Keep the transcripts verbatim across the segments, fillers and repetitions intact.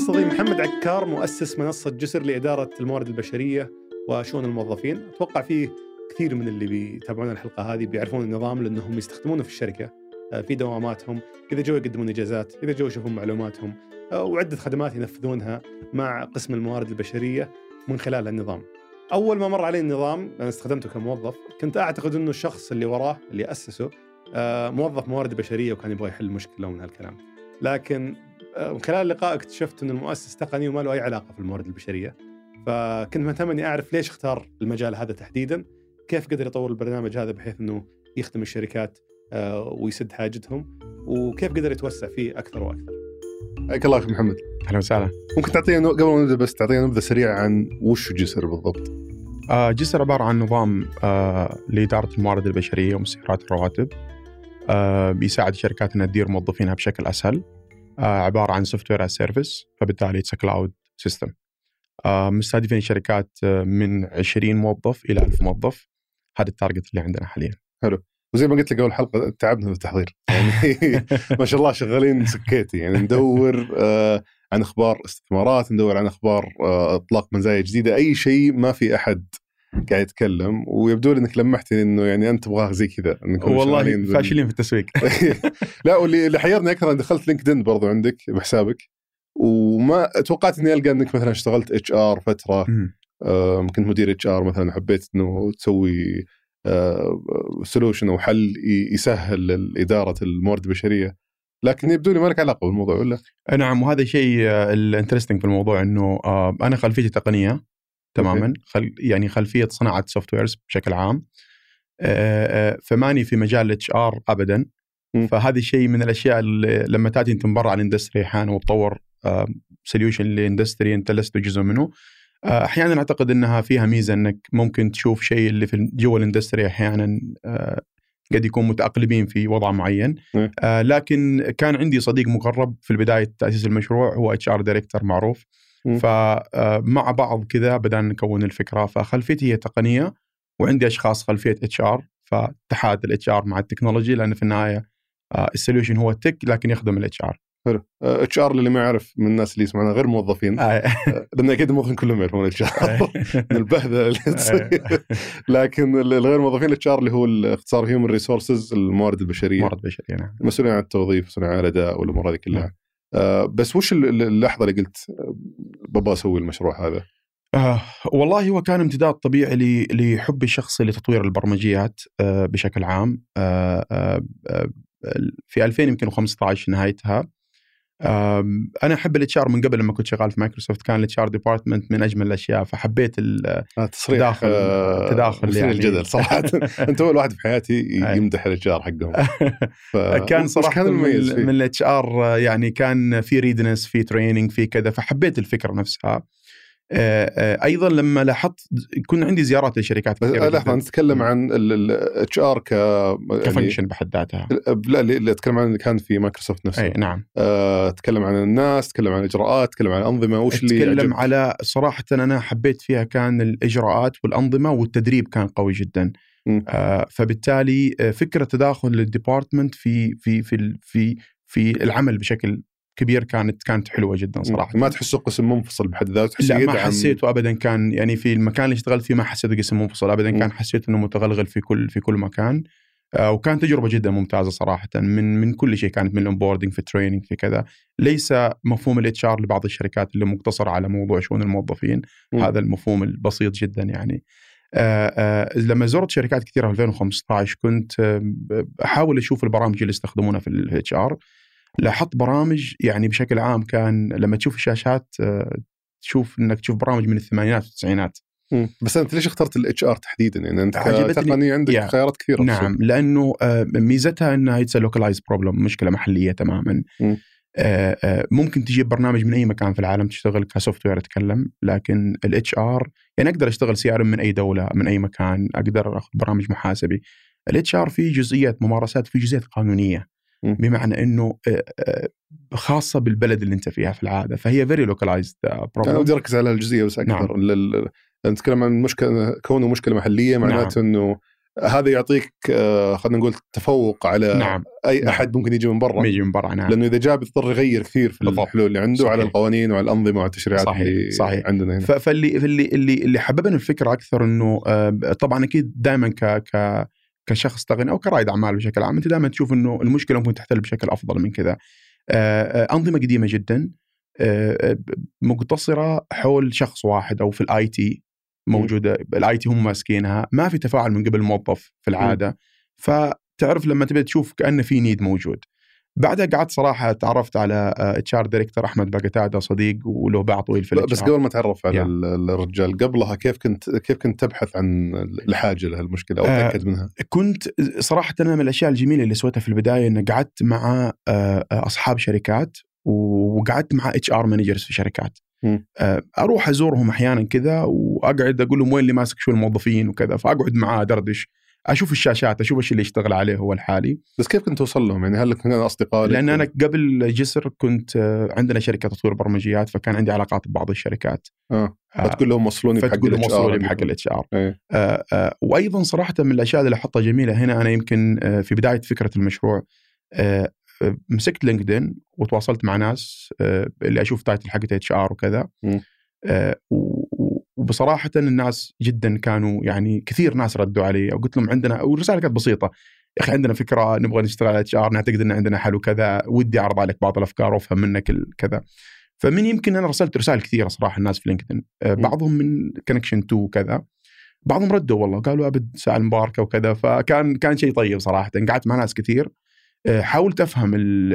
أستضيف محمد عكار، مؤسس منصة جسر لإدارة الموارد البشرية وشؤون الموظفين. أتوقع فيه كثير من اللي بيتابعون الحلقة هذه بيعرفون النظام لأنهم يستخدمونه في الشركة في دواماتهم، إذا جو يقدمون إجازات، إذا جو يشوفون معلوماتهم، وعدة خدمات ينفذونها مع قسم الموارد البشرية من خلال النظام. أول ما مر علي النظام أنا استخدمته كموظف، كنت أعتقد أنه الشخص اللي وراه اللي أسسه موظف موارد بشرية وكان يبغى يحل مشكلة من هالكلام، لكن من خلال اللقاء اكتشفت أن المؤسس تقني وما له أي علاقة في الموارد البشرية. فكنت مهتم أني أعرف ليش اختار المجال هذا تحديداً، كيف قدر يطور البرنامج هذا بحيث أنه يخدم الشركات ويسد حاجتهم، وكيف قدر يتوسع فيه أكثر وأكثر. حياك الله أخي محمد. أهلا وسهلا. ممكن تعطينا قبل ما نبدأ بس تعطينا نبذة سريعة عن وش جسر بالضبط؟ آه جسر عبارة عن نظام آه لإدارة الموارد البشرية ومسيرات الرواتب، آه بيساعد الشركات أنها تدير موظفينها بشكل أسهل. آه عبارة عن سوفتوير از سيرفيس، فبالتالي it's a cloud system. آه مستهدفين الشركات من عشرين موظف إلى ألف موظف، هذا التارجت اللي عندنا حاليا. حلو. وزي ما قلت لك أول حلقة تعبنا في التحضير يعني ما شاء الله شغالين سكيتي، يعني ندور آه عن أخبار استثمارات، ندور عن أخبار آه إطلاق مزايا جديدة، أي شيء ما في أحد قاعد يتكلم. ويبدو لي انك لمحتني انه يعني انت تبغاه زي كذا، والله فاشلين في التسويق. لا، واللي اللي حيرني اكثر دخلت لينكدين برضو عندك بحسابك، وما توقعت اني القى انك مثلا اشتغلت اتش ار فتره، آه كنت مدير اتش ار مثلا، حبيت انه تسوي آه سولوشن او حل يسهل اداره الموارد البشريه، لكن يبدو لي ما لك علاقه بالموضوع ولا؟ نعم، وهذا شيء الانترستينج في الموضوع، انه آه انا خلفيتي تقنيه تماما، خل يعني خلفية صناعة سوفت ويرز بشكل عام، فماني في مجال الاتش ار أبدا. م. فهذه شيء من الأشياء اللي لما تأتي أنت من برا على الاندستري أحيانا وتطور سوليوشن للاندستري أنت لست جزء منه، أحيانا أعتقد أنها فيها ميزة أنك ممكن تشوف شيء اللي في جوا الاندستري أحيانا قد يكون متأقلمين في وضع معين. م. لكن كان عندي صديق مقرب في البداية تأسيس المشروع، هو اتش ار دايركتور معروف، فمع بعض كذا بدأنا نكون الفكرة. فخلفيتي هي تقنية وعندي أشخاص خلفية اتش ار، فتحاد الاتش ار مع التكنولوجي، لأن في النهاية السوليوشن هو التك لكن يخدم الاتش ار. حلو. اتش ار اللي ما يعرف من الناس اللي يسمعنا غير موظفين، لأن أكيد الموظفين كلهم يعرفون اتش ار من البهذة اللي تصير، لكن الغير موظفين اتش ار اللي هو الاختصار هيومن ريسورسز، الموارد البشرية، موارد بشرية، نعم، مسؤولين عن التوظيف، مسؤولين عن الأداء والأمور هذه كلها. آه بس وش اللحظة اللي قلت بابا أسوي المشروع هذا؟ آه والله هو كان امتداد طبيعي لحبي الشخصي لتطوير البرمجيات آه بشكل عام. آه آه في ألفين يمكن وخمسة عشر نهايتها، آه أنا أحب الاتش ار من قبل. لما كنت شغال في مايكروسوفت كان الاتش ار ديبارتمنت من أجمل الأشياء، فحبيت التداخل آه تداخل يعني الجدل صراحة. أنت أول واحد في حياتي يمدح الاتش ار حقهم. كان صراحة كان من, من الاتش ار يعني كان في ريدنس، في تريننج، في كذا، فحبيت الفكرة نفسها. ايضا لما لاحظت كنا عندي زيارات لشركات كثيره. لحظه، نتكلم عن الاتش ار ك كفانكشن بحد ذاتها. لا، اللي اتكلم عن اللي كان في مايكروسوفت نفسه. أي نعم. أه، تكلم عن الناس، تكلم عن الاجراءات، تكلم عن الانظمه. وش اللي اتكلم على صراحه انا حبيت فيها كان الاجراءات والانظمه والتدريب كان قوي جدا. آه فبالتالي فكره تداخل الديبارتمنت في في في في في العمل بشكل كبير كانت كانت حلوه جدا صراحه. ما تحسه قسم منفصل بحد ذاته؟ لا، ما حسيته ابدا. كان يعني في المكان اللي اشتغلت فيه ما حسيته قسم منفصل ابدا. م. كان حسيت انه متغلغل في كل في كل مكان. آه وكانت تجربه جدا ممتازه صراحه، من من كل شيء. كانت من الانبوردنج، في التريننج، في كذا. ليس مفهوم الاتش ار لبعض الشركات اللي مقتصر على موضوع شؤون الموظفين. م. هذا المفهوم البسيط جدا يعني. آه آه لما زرت شركات كثيره في ألفين وخمسة عشر كنت آه احاول اشوف البرامج اللي يستخدمونها في الاتش ار. لاحظت برامج يعني بشكل عام، كان لما تشوف الشاشات تشوف انك تشوف برامج من الثمانينات والتسعينات. بس انت ليش اخترت الاتش ار تحديدا؟ يعني انت كتقني عندك يعني خيارات كثيره. نعم، لانه ميزتها انها هي لوكالايز بروبلم، مشكله محليه تماما. م. ممكن تجيب برنامج من اي مكان في العالم تشتغل كسوفت وير اتكلم، لكن الاتش ار يعني اقدر اشتغل سي ار من اي دوله من اي مكان، اقدر اخذ برامج محاسبي. الاتش ار فيه جزئيات ممارسات، فيه جزئيات قانونيه، بمعنى انه خاصه بالبلد اللي انت فيها في العاده، فهي فيري لوكالايزد بروبلم. انا بدي اركز على الجزئيه بس اكثر. نعم. نتكلم عن مشكله كونه مشكله محليه، معناته نعم. انه هذا يعطيك آه خلينا نقول تفوق على نعم. اي نعم. احد ممكن يجي من برا يجي من برا. نعم. لانه اذا جاء بيضطر يغير كثير في بالضبط. الحلول اللي عنده. صحيح. على القوانين وعلى الانظمه والتشريعات صحيح. اللي صحيح. عندنا هنا. فاللي اللي اللي اللي حببنا الفكره اكثر انه آه طبعا اكيد دائما ك ك كشخص تقني او كرائد اعمال بشكل عام انت دائما تشوف انه المشكله ممكن تحتل بشكل افضل من كذا. آه انظمه قديمه جدا آه مقتصره حول شخص واحد او في الاي تي موجوده. الاي تي هم ماسكينها، ما في تفاعل من قبل الموظف في العاده. فتعرف لما تبي تشوف كأنه في نيد موجود. بعدها قعدت صراحه تعرفت على اتش ار دايركتور احمد باقتاده، صديق وله باع طويل في بس قبل ما تعرف على يعني. الرجال قبلها كيف كنت كيف كنت تبحث عن الحاجه لهالمشكله او تاكد منها؟ آه كنت صراحه انا من الاشياء الجميله اللي سويتها في البدايه ان قعدت مع آه اصحاب شركات وقعدت مع اتش ار مانجرز في شركات. آه اروح ازورهم احيانا كذا واقعد اقول لهم وين اللي ماسك شو الموظفين وكذا، فاقعد معاه دردش، اشوف الشاشات، اشوف ايش اللي يشتغل عليه هو الحالي. بس كيف كنت توصل لهم يعني؟ هل كنا اصدقاء؟ لان انا قبل جسر كنت عندنا شركه تطوير برمجيات، فكان عندي علاقات ببعض الشركات. اه فتقول لهم وصلوني بحق الاتش ار. بحق الاتش ار. وايضا صراحه من الاشياء اللي لاحظتها جميله هنا، انا يمكن آه في بدايه فكره المشروع آه مسكت لينكدين وتواصلت مع ناس آه اللي اشوف تايتل حقت اتش ار وكذا. آه وبصراحة الناس جدا كانوا يعني كثير ناس ردوا علي وقلت لهم عندنا، والرسالة كانت بسيطة، يا أخي عندنا فكرة نبغى نشتغل على اتش ار، نعتقد أن عندنا حل وكذا، ودي أعرض عليك بعض الأفكار وأفهم منك كذا. فمن يمكن أنا رسلت رسائل كثيرة صراحة الناس في لينكدين، بعضهم من كونكشن تو وكذا، بعضهم ردوا والله قالوا أبد ساعة المباركة وكذا. فكان كان شيء طيب صراحة. قعدت مع ناس كثير، حاولت أفهم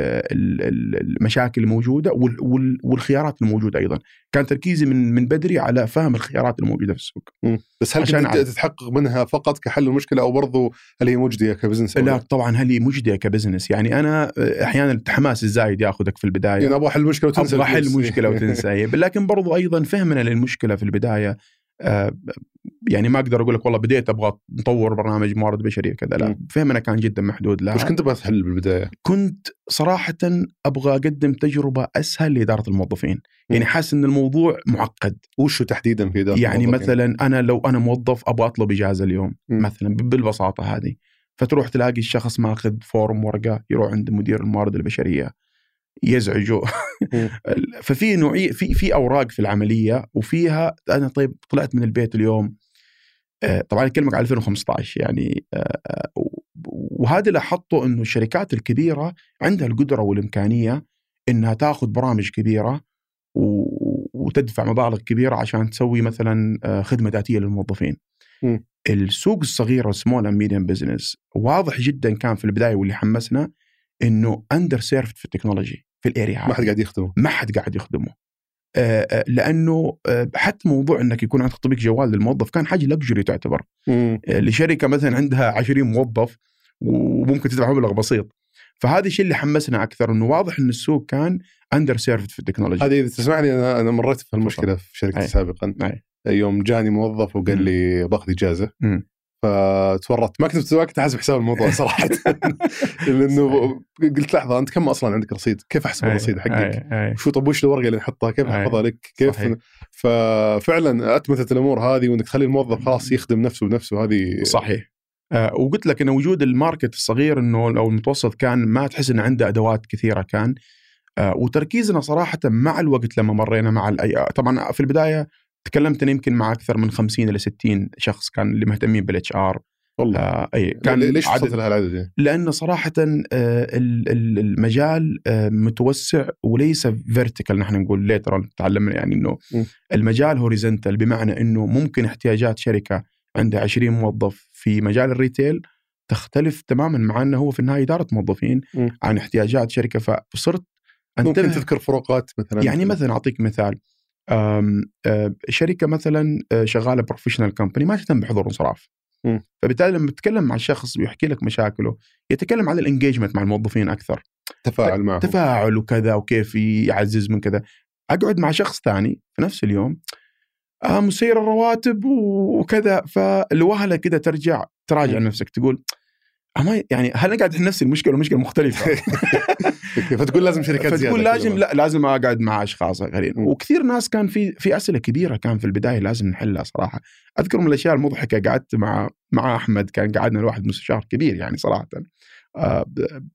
المشاكل الموجودة والخيارات الموجودة. أيضا كان تركيزي من من بدري على فهم الخيارات الموجودة في السوق. بس هل كنت تتحقق منها فقط كحل المشكلة أو برضو هل هي مجدية كبزنس؟ لا طبعا هل هي مجدية كبزنس. يعني أنا أحيانا الحماس الزايد يأخذك في البداية، يعني أبغى أحل المشكلة وتنسى، أبغى أحل المشكلة وتنسى. لكن برضو أيضا فهمنا للمشكلة في البداية، آه يعني ما أقدر أقول لك والله بديت أبغى نطور برنامج موارد بشرية كذا، لا، فهمنا كان جدا محدود لها. وش كنت بتحل بالبداية؟ كنت صراحة أبغى أقدم تجربة أسهل لإدارة الموظفين. يعني حاسس إن الموضوع معقد. وشو تحديدا في إدارة يعني الموظفين؟ مثلا أنا لو أنا موظف أبغى أطلب إجازة اليوم م. مثلا بالبساطة هذه، فتروح تلاقي الشخص ماخذ فورم ورقة، يروح عند مدير الموارد البشرية يزعجه. ففي نوعية في في أوراق في العملية، وفيها أنا طيب طلعت من البيت اليوم، طبعا أكلمك على ألفين وخمسة عشر يعني، وهذا اللي لاحظته إنه الشركات الكبيرة عندها القدرة والإمكانية إنها تأخذ برامج كبيرة وتدفع مبالغ كبيرة عشان تسوي مثلا خدمة ذاتية للموظفين. م. السوق الصغير والسمول اند ميديوم بزنس واضح جدا كان في البداية، واللي حمسنا إنه أندر سيرفد في التكنولوجي في الاريا، ما حد قاعد يخدمه ما حد قاعد يخدمه. آه لأنه آه حتى موضوع أنك يكون عندك تطبيق جوال للموظف كان حاجة لكجري تعتبر. آه لشركة مثلا عندها عشرين موظف وممكن تدفع مبلغ بسيط. فهذا الشيء اللي حمسنا أكثر، أنه واضح أن السوق كان أندر سيرفد في التكنولوجي. هذه تسمح لي أنا أنا مريت في المشكلة في شركتي سابقا. أي. يوم جاني موظف وقال م. لي باخذ إجازة، م. فتورطت، ما كنت وقت أحسب حساب الموضوع صراحة. لأنه قلت لحظة، أنت كم أصلاً عندك رصيد؟ كيف أحسب الرصيد حقك؟ شو طب وش الورقة اللي نحطها؟ كيف أحفظها لك؟ كيف؟ صحيح. ففعلاً أتمتت الأمور هذه، وإنك تخلي الموظف خلاص يخدم نفسه بنفسه. هذه صحيح. آه وقلت لك إن وجود الماركت الصغير إنه أو المتوسط كان ما تحس إن عنده أدوات كثيرة كان. آه وتركيزنا صراحة مع الوقت لما مرينا مع الأي طبعاً في البداية تكلمت أنا يمكن مع أكثر من خمسين إلى ستين شخص كان اللي مهتمين بالاتش ار. والله آه أي كان ليش وصلت لهالعدد يعني؟ لأنه صراحة آه المجال آه متوسع وليس فيرتيكال، نحن نقول ليترال، تعلمنا يعني إنه م. المجال هوريزونتال، بمعنى إنه ممكن احتياجات شركة عندها عشرين موظف في مجال الريتيل تختلف تماما مع أنه هو في النهاية إدارة موظفين م. عن احتياجات شركة. فصرت ممكن تذكر فروقات مثلا؟ يعني مثلا أعطيك مثال، أم أم شركة مثلا شغالة بروفيشنال كومباني ما تهتم بحضور وانصراف، فبالتالي لما تتكلم مع الشخص ويحكي لك مشاكله يتكلم على الانجيجمنت مع الموظفين أكثر، تفاعل معهم، تفاعل وكذا وكيف يعزز من كذا. أقعد مع شخص ثاني في نفس اليوم آه مسير الرواتب وكذا، فالوهلة كده ترجع تراجع نفسك تقول أما يعني هل أنا قاعد أحل نفس المشكلة ومشكلة مختلفة؟ فتقول لازم شركات زيادة، فتقول لازم لا لازم أقعد مع أشخاص غيرين. وكثير ناس كان في في أسئلة كبيرة كان في البداية لازم نحلها صراحة. أذكر من الأشياء المضحكة، قعدت مع مع احمد كان قعدنا الواحد مستشار كبير يعني صراحه. آه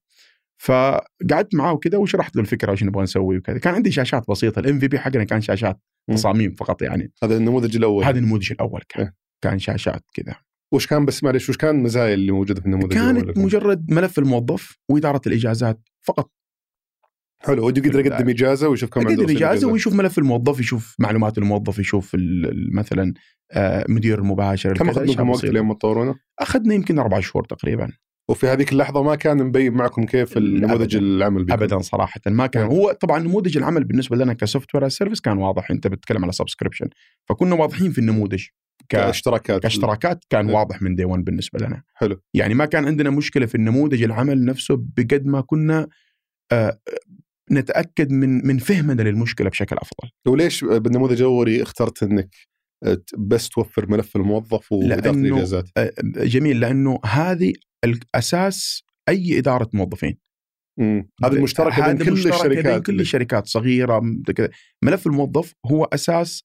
فقعدت معاه وكذا وشرحت له الفكره وش نبغى نسوي وكذا. كان عندي شاشات بسيطه، الام في بي حقنا كان شاشات تصاميم فقط يعني. هذا النموذج الاول، هذا النموذج الاول كان إيه؟ كان شاشات كذا. وش كان بس معلش وش كان المزايا اللي موجوده في النموذج كانت الأول؟ كانت مجرد ملف الموظف واداره الاجازات فقط. حلو، ودي يقدر يقدم اجازه ويشوف كم عنده يقدم اجازه ويشوف ملف الموظف، يشوف معلومات الموظف، يشوف مثلا مدير المباشر. كم اخذ وقت اليوم تطورونه؟ اخذنا يمكن اربع شهور تقريبا. وفي هذيك اللحظه ما كان مبين معكم كيف النموذج العمل بيكون. ابدا صراحه ما كان. هو طبعا نموذج العمل بالنسبه لنا كسوفت وير سيرفيس كان واضح، انت بتتكلم على سبسكريبشن، فكنا واضحين في النموذج ك... كاشتراكات كاشتراكات كان حلو. واضح من دي وان بالنسبه لنا. حلو، يعني ما كان عندنا مشكله في النموذج العمل نفسه بقد ما كنا آه نتاكد من من فهمنا للمشكله بشكل افضل. وليش بالنموذج الاولي اخترت انك بس توفر ملف الموظف واداره الاجازات؟ جميل، لانه هذه الاساس اي اداره موظفين. هذا المشترك بين كل الشركات، بين كل الشركات صغيره كذا. ملف الموظف هو اساس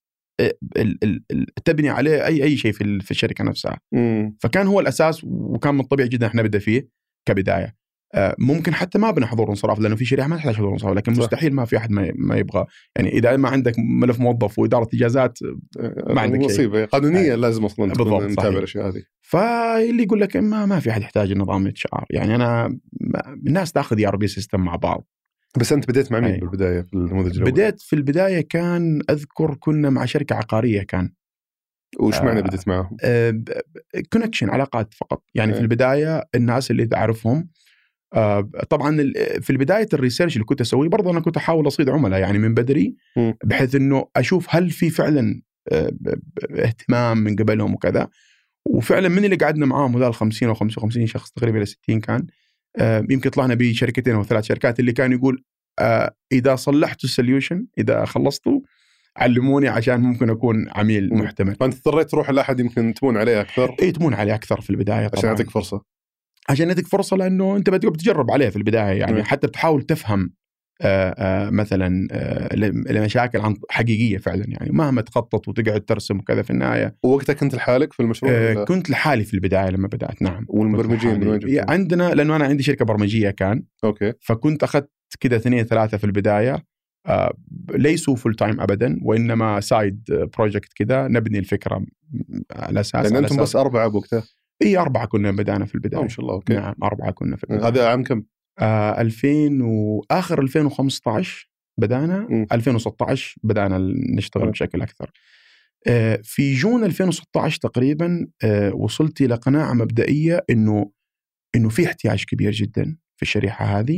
تبني عليه اي اي شيء في في الشركه نفسها. مم. فكان هو الاساس، وكان من الطبيعي جدا احنا نبدا فيه كبدايه. ممكن حتى ما بنا حضور انصراف، لانه في شريحه ما تحتاج حضور انصراف، لكن صح. مستحيل ما في احد ما, ما يبغى يعني. اذا ما عندك ملف موظف واداره اجازات ما عندك شيء. مصيبه قانونيه آه. لازم اصلا تكون نتابع الاشياء هذه. فاللي يقول لك ما ما في احد يحتاج النظام اتش ار. يعني انا الناس تاخذ اي ار بي سيستم مع بعض. بس انت بديت مع مين أي. بالبدايه في النموذج الاول؟ بديت في البدايه كان اذكر كنا مع شركه عقاريه. كان وش معنى آه بديت معهم؟ آه كونكشن، علاقات فقط يعني. أي. في البدايه الناس اللي تعرفهم آه طبعا في البدايه الريسيرش اللي كنت اسويه برضه انا كنت احاول اصيد عملاء يعني من بدري، م. بحيث انه اشوف هل في فعلا آه اهتمام من قبلهم وكذا. وفعلا من اللي قعدنا معاهم هذول خمسين او خمسة وخمسين شخص تقريبا الى ستين كان آه يمكن طلعنا بشركتين او ثلاث شركات اللي كانوا يقول آه إذا صلحتوا السوليوشن، إذا خلصتوا علموني عشان ممكن أكون عميل محتمل. فأنت اضطريت تروح لأحد يمكن تمون عليه أكثر. إيه تمون عليه أكثر في البداية طبعاً. عشان يعطيك فرصة. عشان يعطيك فرصة لأنه أنت بتقعد تجرب عليه في البداية يعني. م. حتى بتحاول تفهم آآ آآ مثلا المشاكل عن حقيقية فعلا يعني. مهما تخطط وتقعد ترسم وكذا في النهاية. ووقتها كنت لحالك في المشروع؟ آه كنت لحالي في البداية لما بدأت. نعم. والمبرمجين من وين جبتهم؟ عندنا لأنه أنا عندي شركة برمجية كان. أوكي. فكنت أخذت كده اثنين ثلاثة في البداية آه ليسوا فول تايم أبدا، وإنما سايد بروجكت كده نبني الفكرة على أساس. لأن أنتم بس أربعة بوقتها؟ إيه أربعة كنا بدأنا في البداية. ما شاء الله. أوكي. نعم أربعة كنا في البداية. هذا عام كم؟ آه ألفين وآخر ألفين وخمسة عشر بدأنا. م. ألفين وستة عشر بدأنا نشتغل م. بشكل أكثر. آه في جون ألفين وستة عشر تقريبا آه وصلت إلى قناعة مبدئية إنه إنه في احتياج كبير جدا في الشريحة هذه.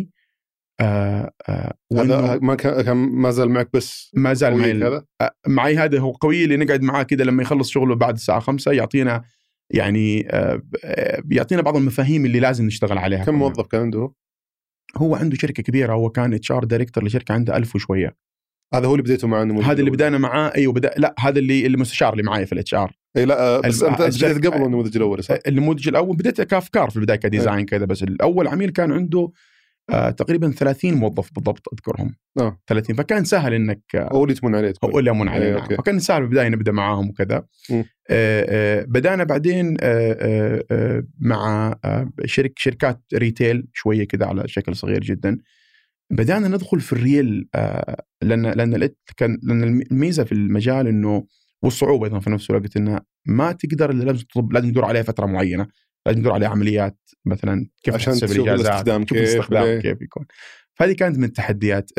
آه آه هذا ما كان ما زال معك؟ بس ما زال معي هذا آه معي. هذا هو قوي اللي نقعد معاه كده لما يخلص شغله بعد الساعة خمسة يعطينا يعني آه يعطينا بعض المفاهيم اللي لازم نشتغل عليها. كم موظف كان عنده؟ هو عنده شركة كبيرة، هو كان اتش ار دايركتور لشركة عنده ألف وشوية. هذا هو اللي بديته معه؟ هذا اللي بدأنا معاه. أيوة بدأ. لا هذا اللي المستشار اللي معايا في الاتش ار. اي لا بس انت بديت قبل النموذج الاول صح؟ النموذج الاول بديت كافكار في البدايه كديزاين كذا. بس الاول عميل كان عنده آه تقريبا ثلاثين موظف بالضبط اذكرهم. اه ثلاثين. فكان سهل انك هو اللي تمون عليه. هو اللي يمون عليه. نعم. فكان سهل بالبدايه نبدا معاهم وكذا. آه آه بدانا بعدين آه آه مع آه شرك شركات ريتيل شويه كذا على شكل صغير جدا. بدانا ندخل في الريل آه لان لان كان لان الميزه في المجال انه والصعوبه ايضا في نفس الوقت انه ما تقدر الا لازم لازم تدور عليها فتره معينه، لازم تدور عليه عمليات مثلا كيف عشان تحسب الاجازات، كيف الاستخدام كيف يكون. فهذه كانت من التحديات.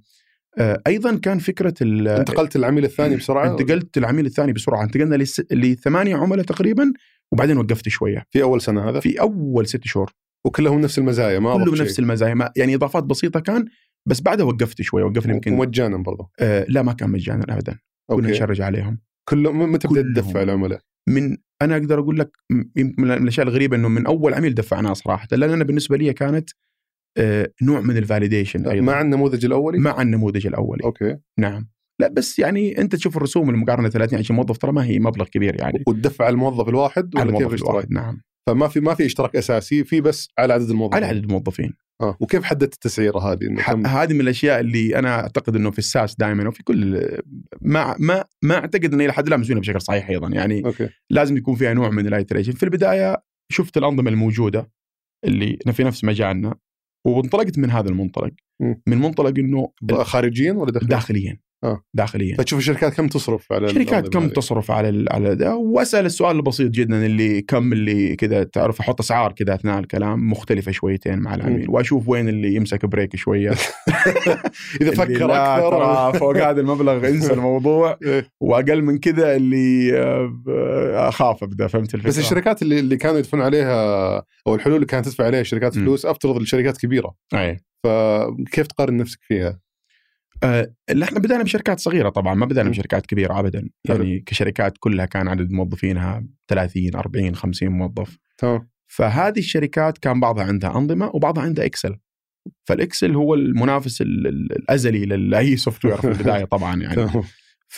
ايضا كان فكره انتقلت العميل الثاني بسرعه. انتقلت العميل الثاني بسرعه. انتقلنا لثمانيه عملاء تقريبا وبعدين وقفت شويه. في اول سنه هذا؟ في اول ست شهور. وكلهم نفس المزايا؟ ما كلهم نفس المزايا، ما يعني اضافات بسيطه كان، بس بعدها وقفت شويه. وقفنا يمكن ومجانا برضه؟ آه لا ما كان مجانا ابدا. كنا نشرج عليهم كلهم. متى بدأت تدفع العملاء؟ من أنا أقدر أقول لك من الأشياء الغريبة إنه من أول عميل دفعناه صراحة، لأن أنا بالنسبة لي كانت آه نوع من الفاليديشن أيضا. مع النموذج الأولي؟ مع النموذج الأولي. أوكي. نعم. لا بس يعني أنت تشوف الرسوم المقارنة ثلاثين عشرين موظف ترى ما هي مبلغ كبير يعني. وتدفع الموظف الواحد ولا كيف اشتراك؟ نعم. فما في ما في اشتراك أساسي، في بس على عدد الموظفين. على عدد الموظفين. اه وكيف حددت التسعيره هذه؟ إنه كم... هذه من الاشياء اللي انا اعتقد انه في الساس دائما وفي كل ما ما ما اعتقد انه الى حد الان مسوينها بشكل صحيح ايضا يعني. أوكي. لازم يكون فيها نوع من الايتريشن. في البدايه شفت الانظمه الموجوده اللي في نفس مجالنا وانطلقت من هذا المنطلق م. من منطلق انه خارجيا ولا داخليا؟ داخليا آه. داخليا. فتشوف الشركات كم تصرف على شركات كم عليك. تصرف على على ده. واسال السؤال البسيط جدا اللي كم اللي كذا تعرف احط اسعار كذا اثناء الكلام مختلفه شويتين مع العميل م. واشوف وين اللي يمسك بريك شويه. اذا فكر اكثر فوق هذا المبلغ انسى الموضوع واقل من كذا اللي اخاف ابدا. فهمت الفكره؟ بس الشركات اللي اللي كانوا يدفعون عليها او الحلول اللي كانت تدفع عليها الشركات فلوس م. افترض الشركات كبيره. اي فكيف تقارن نفسك فيها؟ أه اللي احنا بدأنا بشركات صغيرة طبعا ما بدأنا بشركات كبيرة أبدا يعني كشركات كلها كان عدد موظفينها ثلاثين أربعين خمسين موظف. طبعا. فهذه الشركات كان بعضها عندها أنظمة وبعضها عندها إكسل. فالإكسل هو المنافس الأزلي لأي سوفت وير في البداية طبعا يعني. ف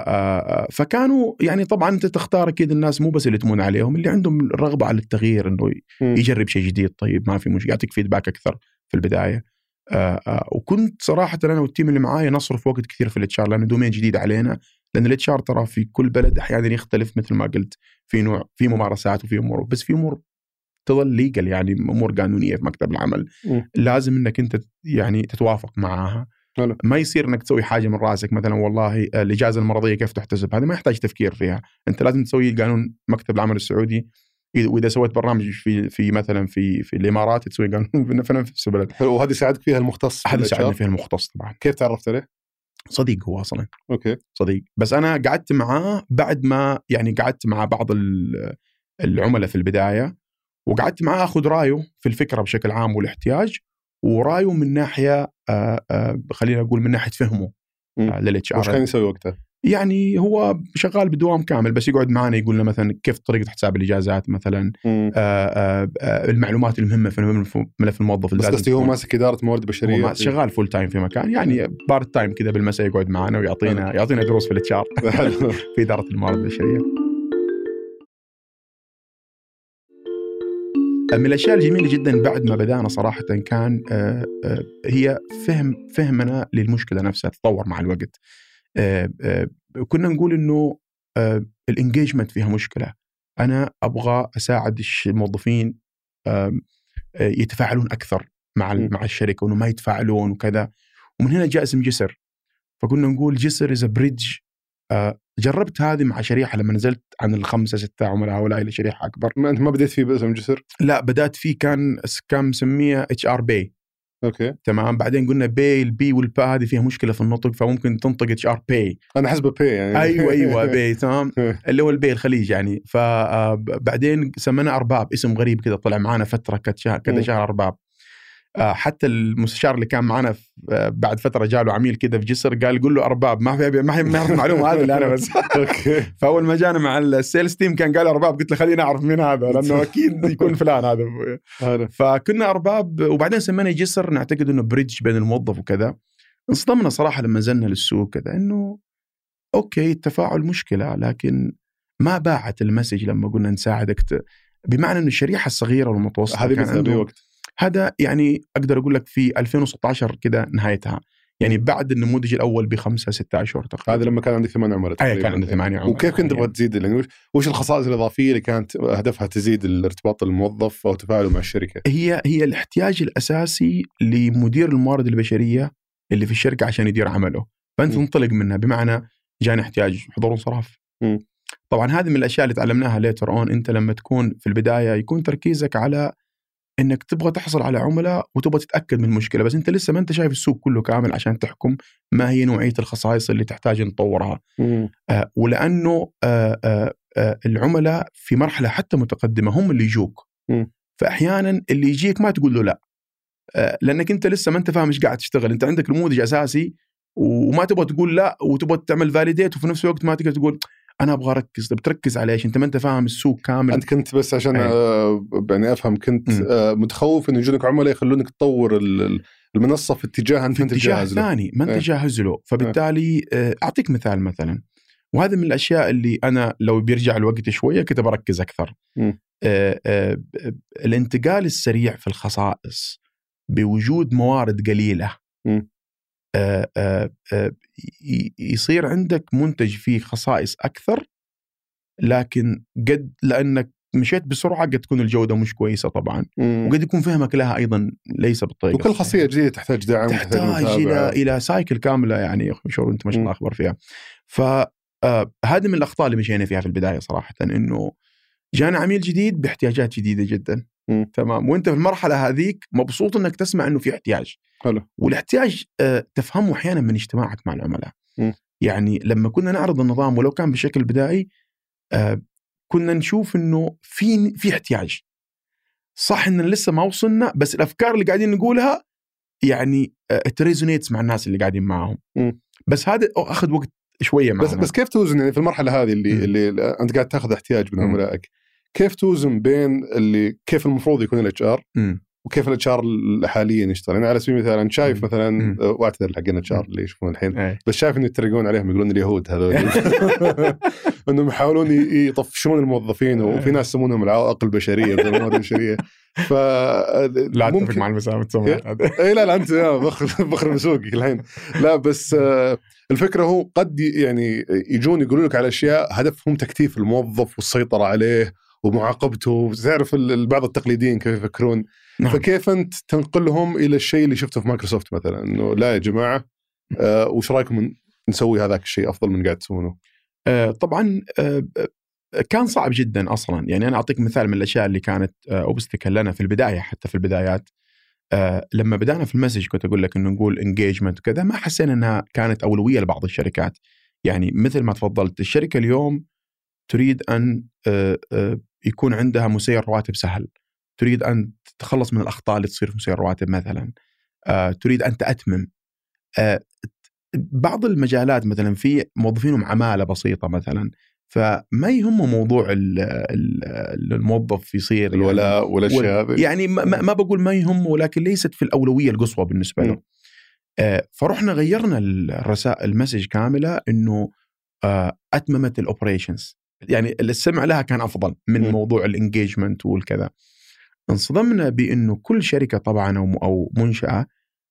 فكانوا يعني طبعا أنت تختار أكيد الناس مو بس اللي تمون عليهم اللي عندهم الرغبة على التغيير إنه يجرب شيء جديد. طيب ما في مشكلة يعطيك فيدباك أكثر في البداية. آه آه وكنت صراحة أنا والتيم اللي معايا نصرف وقت كثير في الاتش ار لأنه دومين جديد علينا. لأن الاتش ار ترى في كل بلد أحيانا يختلف مثل ما قلت في نوع في ممارسات وفي أمور بس في أمور تظل ليجل يعني أمور قانونية في مكتب العمل م. لازم إنك أنت يعني تتوافق معاها. هلا. ما يصير إنك تسوي حاجة من راسك مثلا والله الإجازة المرضية كيف تحتسب هذا ما يحتاج تفكير فيها. أنت لازم تسوي قانون مكتب العمل السعودي. وإذا سويت برنامج في في مثلا في في الإمارات تسوي قانون في نفس البلد. وهذه يساعدك فيها المختص. هذا يساعدنا فيها المختص طبعا. كيف تعرفت عليه؟ صديق هو أصلا. أوكي. صديق بس أنا قعدت معاه بعد ما يعني قعدت مع بعض العملاء في البداية وقعدت معاه أخذ رأيه في الفكرة بشكل عام والاحتياج ورأيه من ناحية آآ آآ خلينا نقول من ناحية فهمه للإتش آر. وش كان يسوي وقتها؟ يعني هو شغال بدوام كامل بس يقعد معنا يقول لنا مثلا كيف طريقة حساب الإجازات مثلا آآ آآ المعلومات المهمة في ملف الموظف. بس قصدي هو ماسك إدارة موارد بشرية. هو شغال فول تايم في مكان يعني بارت تايم كذا بالمساء يقعد معنا ويعطينا أه. يعطينا دروس في الاتش ار في إدارة الموارد البشرية. من الأشياء الجميلة جدا بعد ما بدأنا صراحة كان آآ آآ هي فهم فهمنا للمشكلة نفسها تطور مع الوقت. آآ آآ كنا نقول إنه الانجيجمنت فيها مشكلة. أنا أبغى أساعد الموظفين يتفاعلون أكثر مع مع الشركة وإنه ما يتفاعلون وكذا. ومن هنا جاء اسم جسر. فكنا نقول جسر is a bridge. جربت هذه مع شريحة لما نزلت عن الخمسة ستة عملاء هؤلاء إلى شريحة أكبر. ما أنت ما بديت فيه باسم جسر؟ لا بدأت فيه كان كان مسميه اتش ار باي. اوكي تمام. بعدين قلنا باي البي والبا هذه فيها مشكله في النطق فممكن تنطق اتش ار باي. انا حسبه باي يعني. ايوه ايوه باي تمام اللي هو البي الخليج يعني. فبعدين سمينا ارباب اسم غريب كذا طلع معنا فتره كذا شهر ارباب. حتى المستشار اللي كان معنا بعد فتره جاله عميل كذا في جسر قال قول له ارباب ما في ما ما يعرف المعلومه هذه اللي انا بس. فاول ما جانا مع السيلز تيم كان قال ارباب قلت له خلينا نعرف مين هذا لانه اكيد يكون فلان هذا. فكنا ارباب وبعدين سمينا جسر نعتقد انه بريدج بين الموظف وكذا. انصدمنا صراحه لما نزلنا للسوق كذا انه اوكي التفاعل مشكله لكن ما باعت المسج لما قلنا نساعدك ت... بمعنى انه الشريحه الصغيره والمتوسطه هذه كان عنده وقت. هذا يعني أقدر أقول لك في ألفين وستة عشر كده نهايتها يعني بعد النموذج الأول بخمسة ستة أشهر تقريبا. هذا لما كان عندك ثمان عملاء. أي كان عندي ثمانية عملاء. وكيف كنت تبغى تزيد يعني وش الخصائص الإضافية اللي كانت هدفها تزيد الارتباط الموظف أو تفاعله مع الشركة؟ هي هي الاحتياج الأساسي لمدير الموارد البشرية اللي في الشركة عشان يدير عمله. فأنت تنطلق منها بمعنى جاني احتياج حضور وانصراف. طبعا هذه من الأشياء اللي تعلمناها ليتر أون. أنت لما تكون في البداية يكون تركيزك على انك تبغى تحصل على عملاء وتبغى تتاكد من المشكله بس انت لسه ما انت شايف السوق كله كامل عشان تحكم ما هي نوعيه الخصائص اللي تحتاج نطورها. آه ولانه آه آه آه العملاء في مرحله حتى متقدمه هم اللي يجوك. م. فاحيانا اللي يجيك ما تقول له لا آه لانك انت لسه ما انت فاهم ايش قاعد تشتغل. انت عندك نموذج اساسي وما تبغى تقول لا وتبغى تعمل فاليديت وفي نفس الوقت ما تقدر تقول انا ابغى اركز. بتركز على ايش؟ انت ما انت فاهم السوق كامل. انت كنت بس عشان آه يعني افهم كنت آه متخوف انه يجونك عملاء يخلونك تطور المنصه في اتجاه انت في اتجاه ثاني ما انت جاهز له. فبالتالي آه اعطيك مثال مثلا وهذا من الاشياء اللي انا لو بيرجع الوقت شويه كنت بركز اكثر. آه آه الانتقال السريع في الخصائص بوجود موارد قليله آآ آآ آآ يصير عندك منتج فيه خصائص اكثر، لكن قد لانك مشيت بسرعه قد تكون الجوده مش كويسه طبعا، مم. وقد يكون فهمك لها ايضا ليس بالطريقه وكل خاصيه جديده تحتاج دعم، تحتاج الى الى سايكل كامله يعني شو انت ما شاء الله اخبر فيها. فهذه من الاخطاء اللي مشينا فيها في البدايه صراحه، انه جانا عميل جديد باحتياجات جديده جدا. مم. تمام، وانت في المرحله هذيك مبسوط انك تسمع انه في احتياج. حلو. والاحتياج آه تفهمه احيانا من اجتماعك مع العملاء. م. يعني لما كنا نعرض النظام ولو كان بشكل بدائي آه كنا نشوف انه في في احتياج صح، ان لسه ما وصلنا، بس الافكار اللي قاعدين نقولها يعني آه تريزونيتس مع الناس اللي قاعدين معهم. م. بس هذا اخذ وقت شويه معنا. بس بس كيف توزن يعني في المرحله هذه اللي م. اللي انت قاعد تاخذ احتياج من عملائك، كيف توزن بين اللي كيف المفروض يكون الاتش ار وكيف الاتش ار حاليا يشتغل؟ يعني على سبيل المثال انت شايف م. مثلا واعتذر حق الاتش ار اللي يشوفون الحين أي. بس شايف انه يتريقون عليهم يقولون اليهود هذول انهم يحاولون يطفشون الموظفين، وفي ناس يسمونهم العوائق البشريه الموارد البشريه. ف لا اتفق مع المسامة هذا. اي لا لا انت بخر بخر مسوقك الحين. لا بس الفكره هو قد يعني يجون يقولون لك على اشياء هدفهم تكتيف الموظف والسيطره عليه ومعاقبته. تعرف بعض التقليديين كيف يفكرون. نعم. فكيف أنت تنقلهم إلى الشيء اللي شفته في مايكروسوفت مثلا، إنه لا يا جماعة آه وش رأيكم نسوي هذاك الشيء أفضل من قاعد تسوونه؟ آه طبعا آه كان صعب جدا أصلا. يعني أنا أعطيك مثال من الأشياء اللي كانت آه أوبستكل لنا في البداية، حتى في البدايات آه لما بدأنا في المسج كنت أقول لك إنه نقول engagement وكذا، ما حسينا أنها كانت أولوية لبعض الشركات. يعني مثل ما تفضلت، الشركة اليوم تريد أن آه آه يكون عندها مسير رواتب سهل، تريد أن تتخلص من الأخطاء اللي تصير في مسير الرواتب مثلا، آه، تريد أن تأتمم آه، بعض المجالات مثلا في موظفينهم عمالة بسيطة مثلا، فما يهم موضوع الموظف يصير الولاء يعني والأشياء هذه. يعني ما, ما بقول ما يهم، ولكن ليست في الأولوية القصوى بالنسبة له. آه، فرحنا غيرنا الرسائل المسج كاملة إنه آه، أتممت الأوبريشنز، يعني السمع لها كان أفضل من م. موضوع الانجيجمنت والكذا. انصدمنا بأنه كل شركة طبعا أو أو منشأة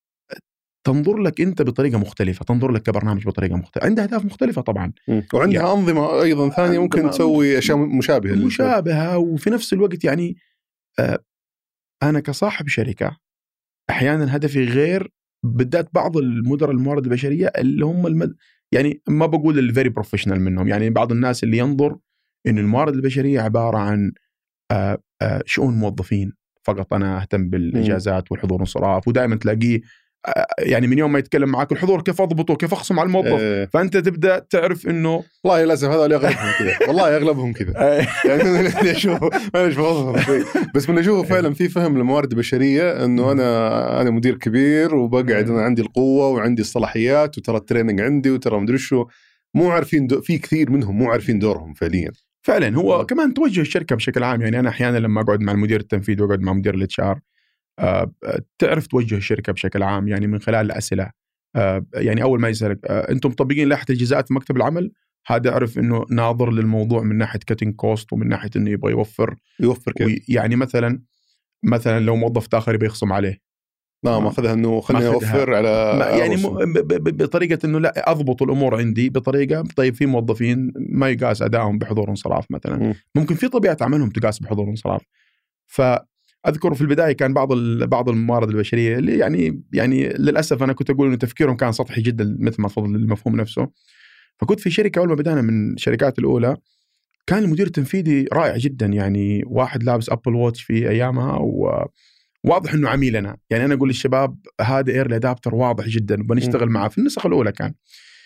تنظر لك أنت بطريقة مختلفة، تنظر لك كبرنامج بطريقة مختلفة، عندها أهداف مختلفة طبعا، م. وعندها يعني أنظمة أيضا ثانية ممكن تسوي أشياء مشابهة مشابهة وفي نفس الوقت يعني آه أنا كصاحب شركة أحيانا هدفي غير بدأت بعض المدراء الموارد البشرية اللي هم المد... يعني ما بقول الفيري بروفيشنال منهم، يعني بعض الناس اللي ينظر إن الموارد البشرية عبارة عن آه آه شؤون موظفين فقط. أنا أهتم بالإجازات والحضور والانصراف، ودائما تلاقيه آه يعني من يوم ما يتكلم معك الحضور كيف أضبطه كيف أخصم على الموظف. إيه. فأنت تبدأ تعرف إنه والله لازم هذا اللي أغلبهم كذا، والله أغلبهم كذا. يعني اللي أشوفه أنا مش بوظف شيء، بس من أشوفه فعلا في فهم للموارد البشرية إنه أنا أنا مدير كبير وبقعد أنا عندي القوة وعندي الصلاحيات وترى التريننج عندي وترى مدري شو. مو عارفين دو... في كثير منهم مو عارفين دورهم فعليا. فعلا هو أوه. كمان توجه الشركة بشكل عام. يعني أنا أحيانا لما أقعد مع المدير التنفيذي وأقعد مع مدير الاتش ار آه تعرف توجه الشركة بشكل عام، يعني من خلال الأسئلة. آه يعني أول ما يسألك آه أنتم مطبقين لائحة الجزاءات في مكتب العمل، هذا أعرف إنه ناظر للموضوع من ناحية كاتينج كوست ومن ناحية إنه يبغى يوفر يوفر كيف. يعني مثلا مثلا لو موظف تاخر يبغى يخصم عليه، لا ما أخذها إنه خلينا نوفر على يعني بطريقة إنه لا أضبط الأمور عندي بطريقة. طيب في موظفين ما يقاس أدائهم بحضور وانصراف مثلا، م. ممكن في طبيعة عملهم تقاس بحضور وانصراف. فأذكر في البداية كان بعض بعض الموارد البشرية اللي يعني يعني للأسف أنا كنت أقول إنه تفكيرهم كان سطحي جدا مثل ما تفضل المفهوم نفسه. فكنت في شركة أول ما بدأنا من الشركات الأولى كان المدير التنفيذي رائع جدا، يعني واحد لابس أبل واتش في أيامها و واضح انه عميلنا. يعني انا اقول للشباب هذا ايرلي ادابتر واضح جدا وبنشتغل معاه. في النسخه الاولى كان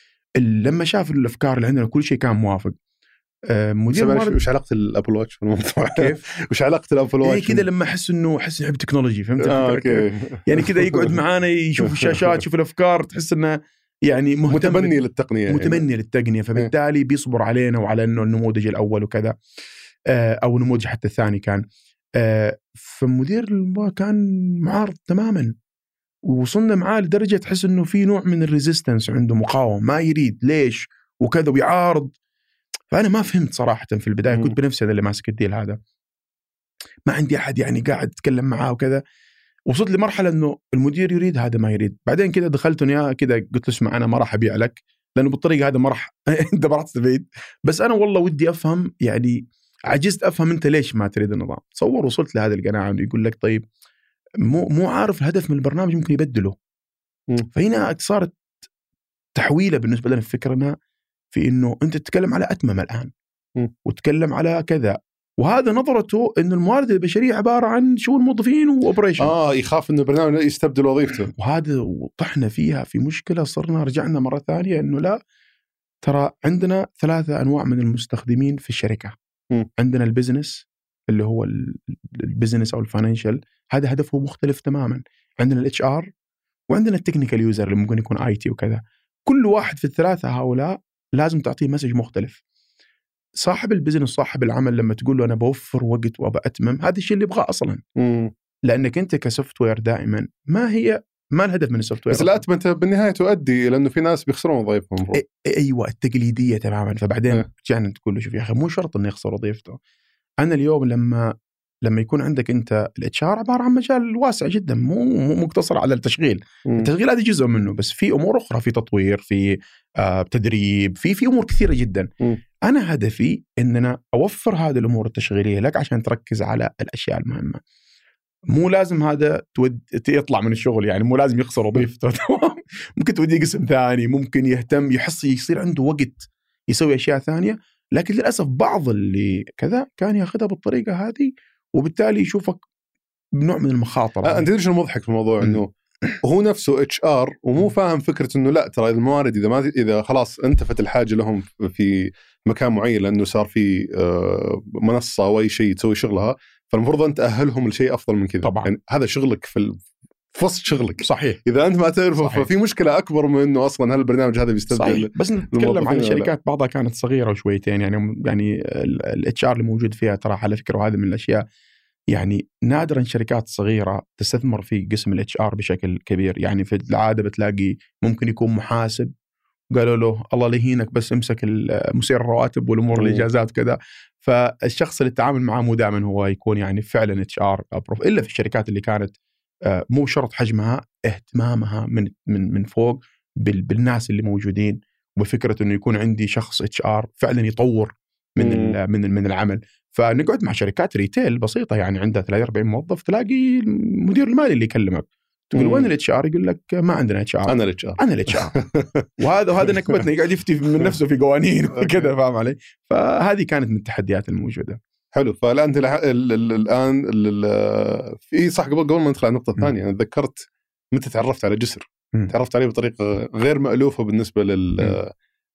لما شاف الافكار اللي عندنا كل شيء كان موافق. آه مدير وش, وش علاقه الابل واتش في الموضوع؟ كيف وش علاقه الابل واتش؟ إيه كذا لما احس انه احس يحب التكنولوجي، فهمت؟ آه أوكي. يعني كذا يقعد معانا يشوف الشاشات يشوف الافكار، تحس انه يعني متبني للتقنيه متبني يعني. للتقنيه، فبالتالي بيصبر علينا وعلى انه النموذج الاول وكذا آه او النموذج حتى الثاني كان آه فمدير كان معارض تماما. ووصلنا معاه لدرجة تحس انه في نوع من الريزيستنس عنده، مقاومة، ما يريد ليش وكذا ويعارض. فأنا ما فهمت صراحة في البداية، كنت بنفسي أنا اللي ماسك الديل هذا، ما عندي أحد يعني قاعد أتكلم معاه وكذا. وصلت لمرحله انه المدير يريد هذا ما يريد. بعدين كده دخلت يا كده قلت له اسمع انا ما راح ابيع لك لانه بالطريقه هذا ما راح انت ما راح تستفيد، بس انا والله ودي افهم، يعني عجزت افهم انت ليش ما تريد النظام. تصور وصلت لهذا القناعه انه يقول لك طيب مو مو عارف الهدف من البرنامج ممكن يبدله. م. فهنا صارت تحويله بالنسبه لنا في فكرنا في انه انت تتكلم على اتممه الان م. وتتكلم على كذا، وهذا نظرته انه الموارد البشريه عباره عن شؤون موظفين واوبريشن. اه يخاف انه البرنامج يستبدل وظيفته، وهذا وطحنا فيها في مشكله. صرنا رجعنا مره ثانيه انه لا، ترى عندنا ثلاثه انواع من المستخدمين في الشركه. م. عندنا البزنس اللي هو البزنس او الفاينانشال، هذا هدفه مختلف تماما. عندنا الاتش ار، وعندنا التكنيكال يوزر اللي ممكن يكون اي تي وكذا. كل واحد في الثلاثه هؤلاء لازم تعطيه مسج مختلف. صاحب البزنس صاحب العمل لما تقول له انا بوفر وقت وابى اتمم، هذا الشيء اللي يبغاه اصلا. م. لانك انت كسوفت وير دائما ما هي ما الهدف من السوفت وير، بس الاتمته بالنهايه تؤدي لانه في ناس بيخسرون وظائفهم. ايوه التقليديه تماما. فبعدين رجعنا تقول له شوف يا اخي مو شرط انه يخسر وظيفته. انا اليوم لما لما يكون عندك انت الاتش ار عباره عن مجال واسع جدا، مو مو مقتصر على التشغيل. م. التشغيل هذا جزء منه، بس في امور اخرى، في تطوير، في آه تدريب، في في امور كثيره جدا. م. انا هدفي ان انا اوفر هذه الامور التشغيليه لك عشان تركز على الاشياء المهمه. مو لازم هذا تود يطلع من الشغل، يعني مو لازم يخسر وظيفته. ممكن توديه قسم ثاني، ممكن يهتم يحس يصير عنده وقت يسوي اشياء ثانيه. لكن للاسف بعض اللي كذا كان ياخذها بالطريقه هذه، وبالتالي يشوفك بنوع من المخاطره. انت ايش المضحك في الموضوع؟ انه هو نفسه اتش ار ومو فاهم فكره انه لا ترى الموارد اذا ما اذا خلاص انتفت الحاجه لهم في مكان معين لانه صار في منصه او اي شيء تسوي شغلها، فالمفروض انت تاهلهم لشيء افضل من كذا. طبعا يعني هذا شغلك في فصل شغلك. صحيح. اذا انت ما تعرفه ففي مشكله اكبر من انه اصلا هل البرنامج هذا بيستبدل. بس نتكلم عن الشركات بعضها كانت صغيره وشويتين، يعني يعني الاتش ار اللي موجود فيها ترى على فكره، وهذا من الاشياء يعني نادرا شركات صغيره تستثمر في قسم الاتش ار بشكل كبير. يعني في العاده بتلاقي ممكن يكون محاسب قالوا له الله ليهينك بس امسك مسير الرواتب والامور الاجازات كذا. فالشخص اللي التعامل معه مو دائما هو يكون يعني فعلا اتش ار الا في الشركات اللي كانت مو شرط حجمها، اهتمامها من من من فوق بالناس اللي موجودين، وبفكره انه يكون عندي شخص اتش ار فعلا يطور من من من العمل. فنقعد مع شركات ريتيل بسيطه يعني عندها ثلاثين أربعين موظف، تلاقي المدير المالي اللي يكلمك تقول وين الاتش ار؟ يقول لك ما عندنا اتش ار. انا الاتش ار انا الاتش ار وهذا وهذا نكبتنا، يقعد يفتي من نفسه في قوانين وكذا، فاهم علي؟ فهذه كانت من التحديات الموجوده. حلو. فالان الان في صح قبل قبل ما ندخل على النقطه الثانيه، انا تذكرت متى تعرفت على جسر. م. تعرفت عليه بطريقه غير مألوفه بالنسبه لل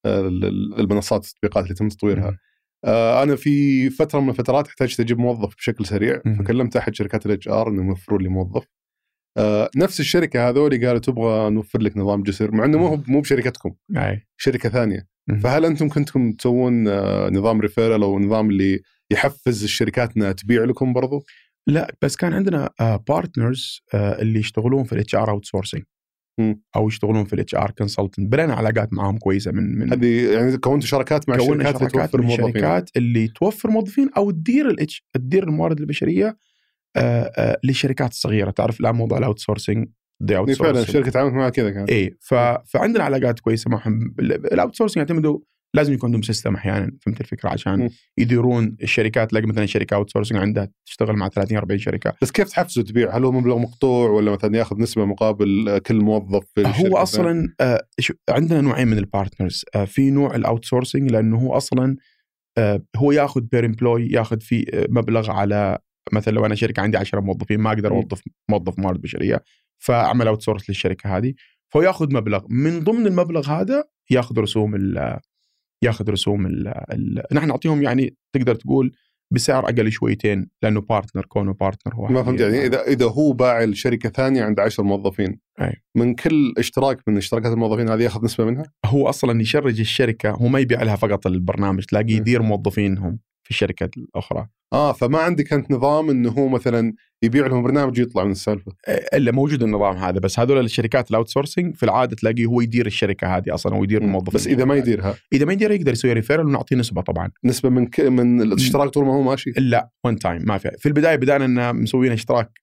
المنصات التطبيقات اللي تم تطويرها. انا في فتره من الفترات احتاجت اجيب موظف بشكل سريع، م. فكلمت احد شركات الاتش ار انهم يوفروا لي موظف. آه نفس الشركه هذول قالوا تبغى نوفر لك نظام جسر، مع انه مو مو بشركتكم، أي. شركه ثانيه. م. فهل انتم كنتم تسوون آه نظام ريفيرال او نظام اللي يحفز الشركات انها تبيع لكم برضو؟ لا، بس كان عندنا بارتنرز آه آه اللي يشتغلون في الاتش ار اوت سورسنج او يشتغلون في الاتش ار كونسلتنت، بنينا علاقات معهم كويسه. من من هذه يعني كونت شراكات مع الشركات اللي توفر موظفين، الشركات اللي توفر موظفين او تدير الاتش تدير الموارد البشريه آه آه للشركات الصغيره. تعرف الان موضوع الاوت سورسنج دي اوت سورسنج فعلا الشركه تعاملت معها كذا كانت اي ف... فعندنا علاقات كويسه معهم. الاوت سورسنج يعتمدوا لازم يكون عندهم سيستم احيانا، فهمت الفكره، عشان م. يديرون الشركات. تلاقي مثلا شركه اوت سورسنج عندها تشتغل مع ثلاثين أربعين شركه. بس كيف تحفزه تبيع؟ هل هو مبلغ مقطوع ولا مثلا ياخذ نسبه مقابل كل موظف في الشركه؟ هو اصلا آه عندنا نوعين من البارتنرز. آه في نوع الاوت سورسنج لانه هو اصلا آه هو ياخذ بير امبلوي، ياخذ في مبلغ على مثلا لو انا شركه عندي عشرة موظفين ما اقدر اوظف موظف موارد بشريه، فاعمل اوت سورس للشركه هذه، فهو ياخذ مبلغ. من ضمن المبلغ هذا ياخذ رسوم ال ياخذ رسوم ال ال نحن نعطيهم يعني تقدر تقول بسعر اقل شويتين لانه بارتنر، كونه بارتنر هو ما فهمت يعني اذا اذا هو باع الشركه ثانيه عند عشر موظفين، أي. من كل اشتراك من اشتراكات الموظفين هذه ياخذ نسبه منها. هو اصلا يشرج الشركه، هو ما يبيع لها فقط البرنامج، تلاقيه يدير موظفينهم في الشركه الاخرى. اه فما عندك انت نظام انه هو مثلا يبيع لهم برنامج يطلع من السالفه؟ الا موجود النظام هذا، بس هذول الشركات الاوت سورسنج في العاده تلاقيه هو يدير الشركه هذه اصلا ويدير الموظفين. بس اذا ما يديرها اذا ما يديرها يقدر يسوي ريفيرال ونعطيه نسبه. طبعا نسبه من ك... من الاشتراك طول ما هو ماشي. لا وان تايم ما في. في البدايه بدانا ان مسويين اشتراك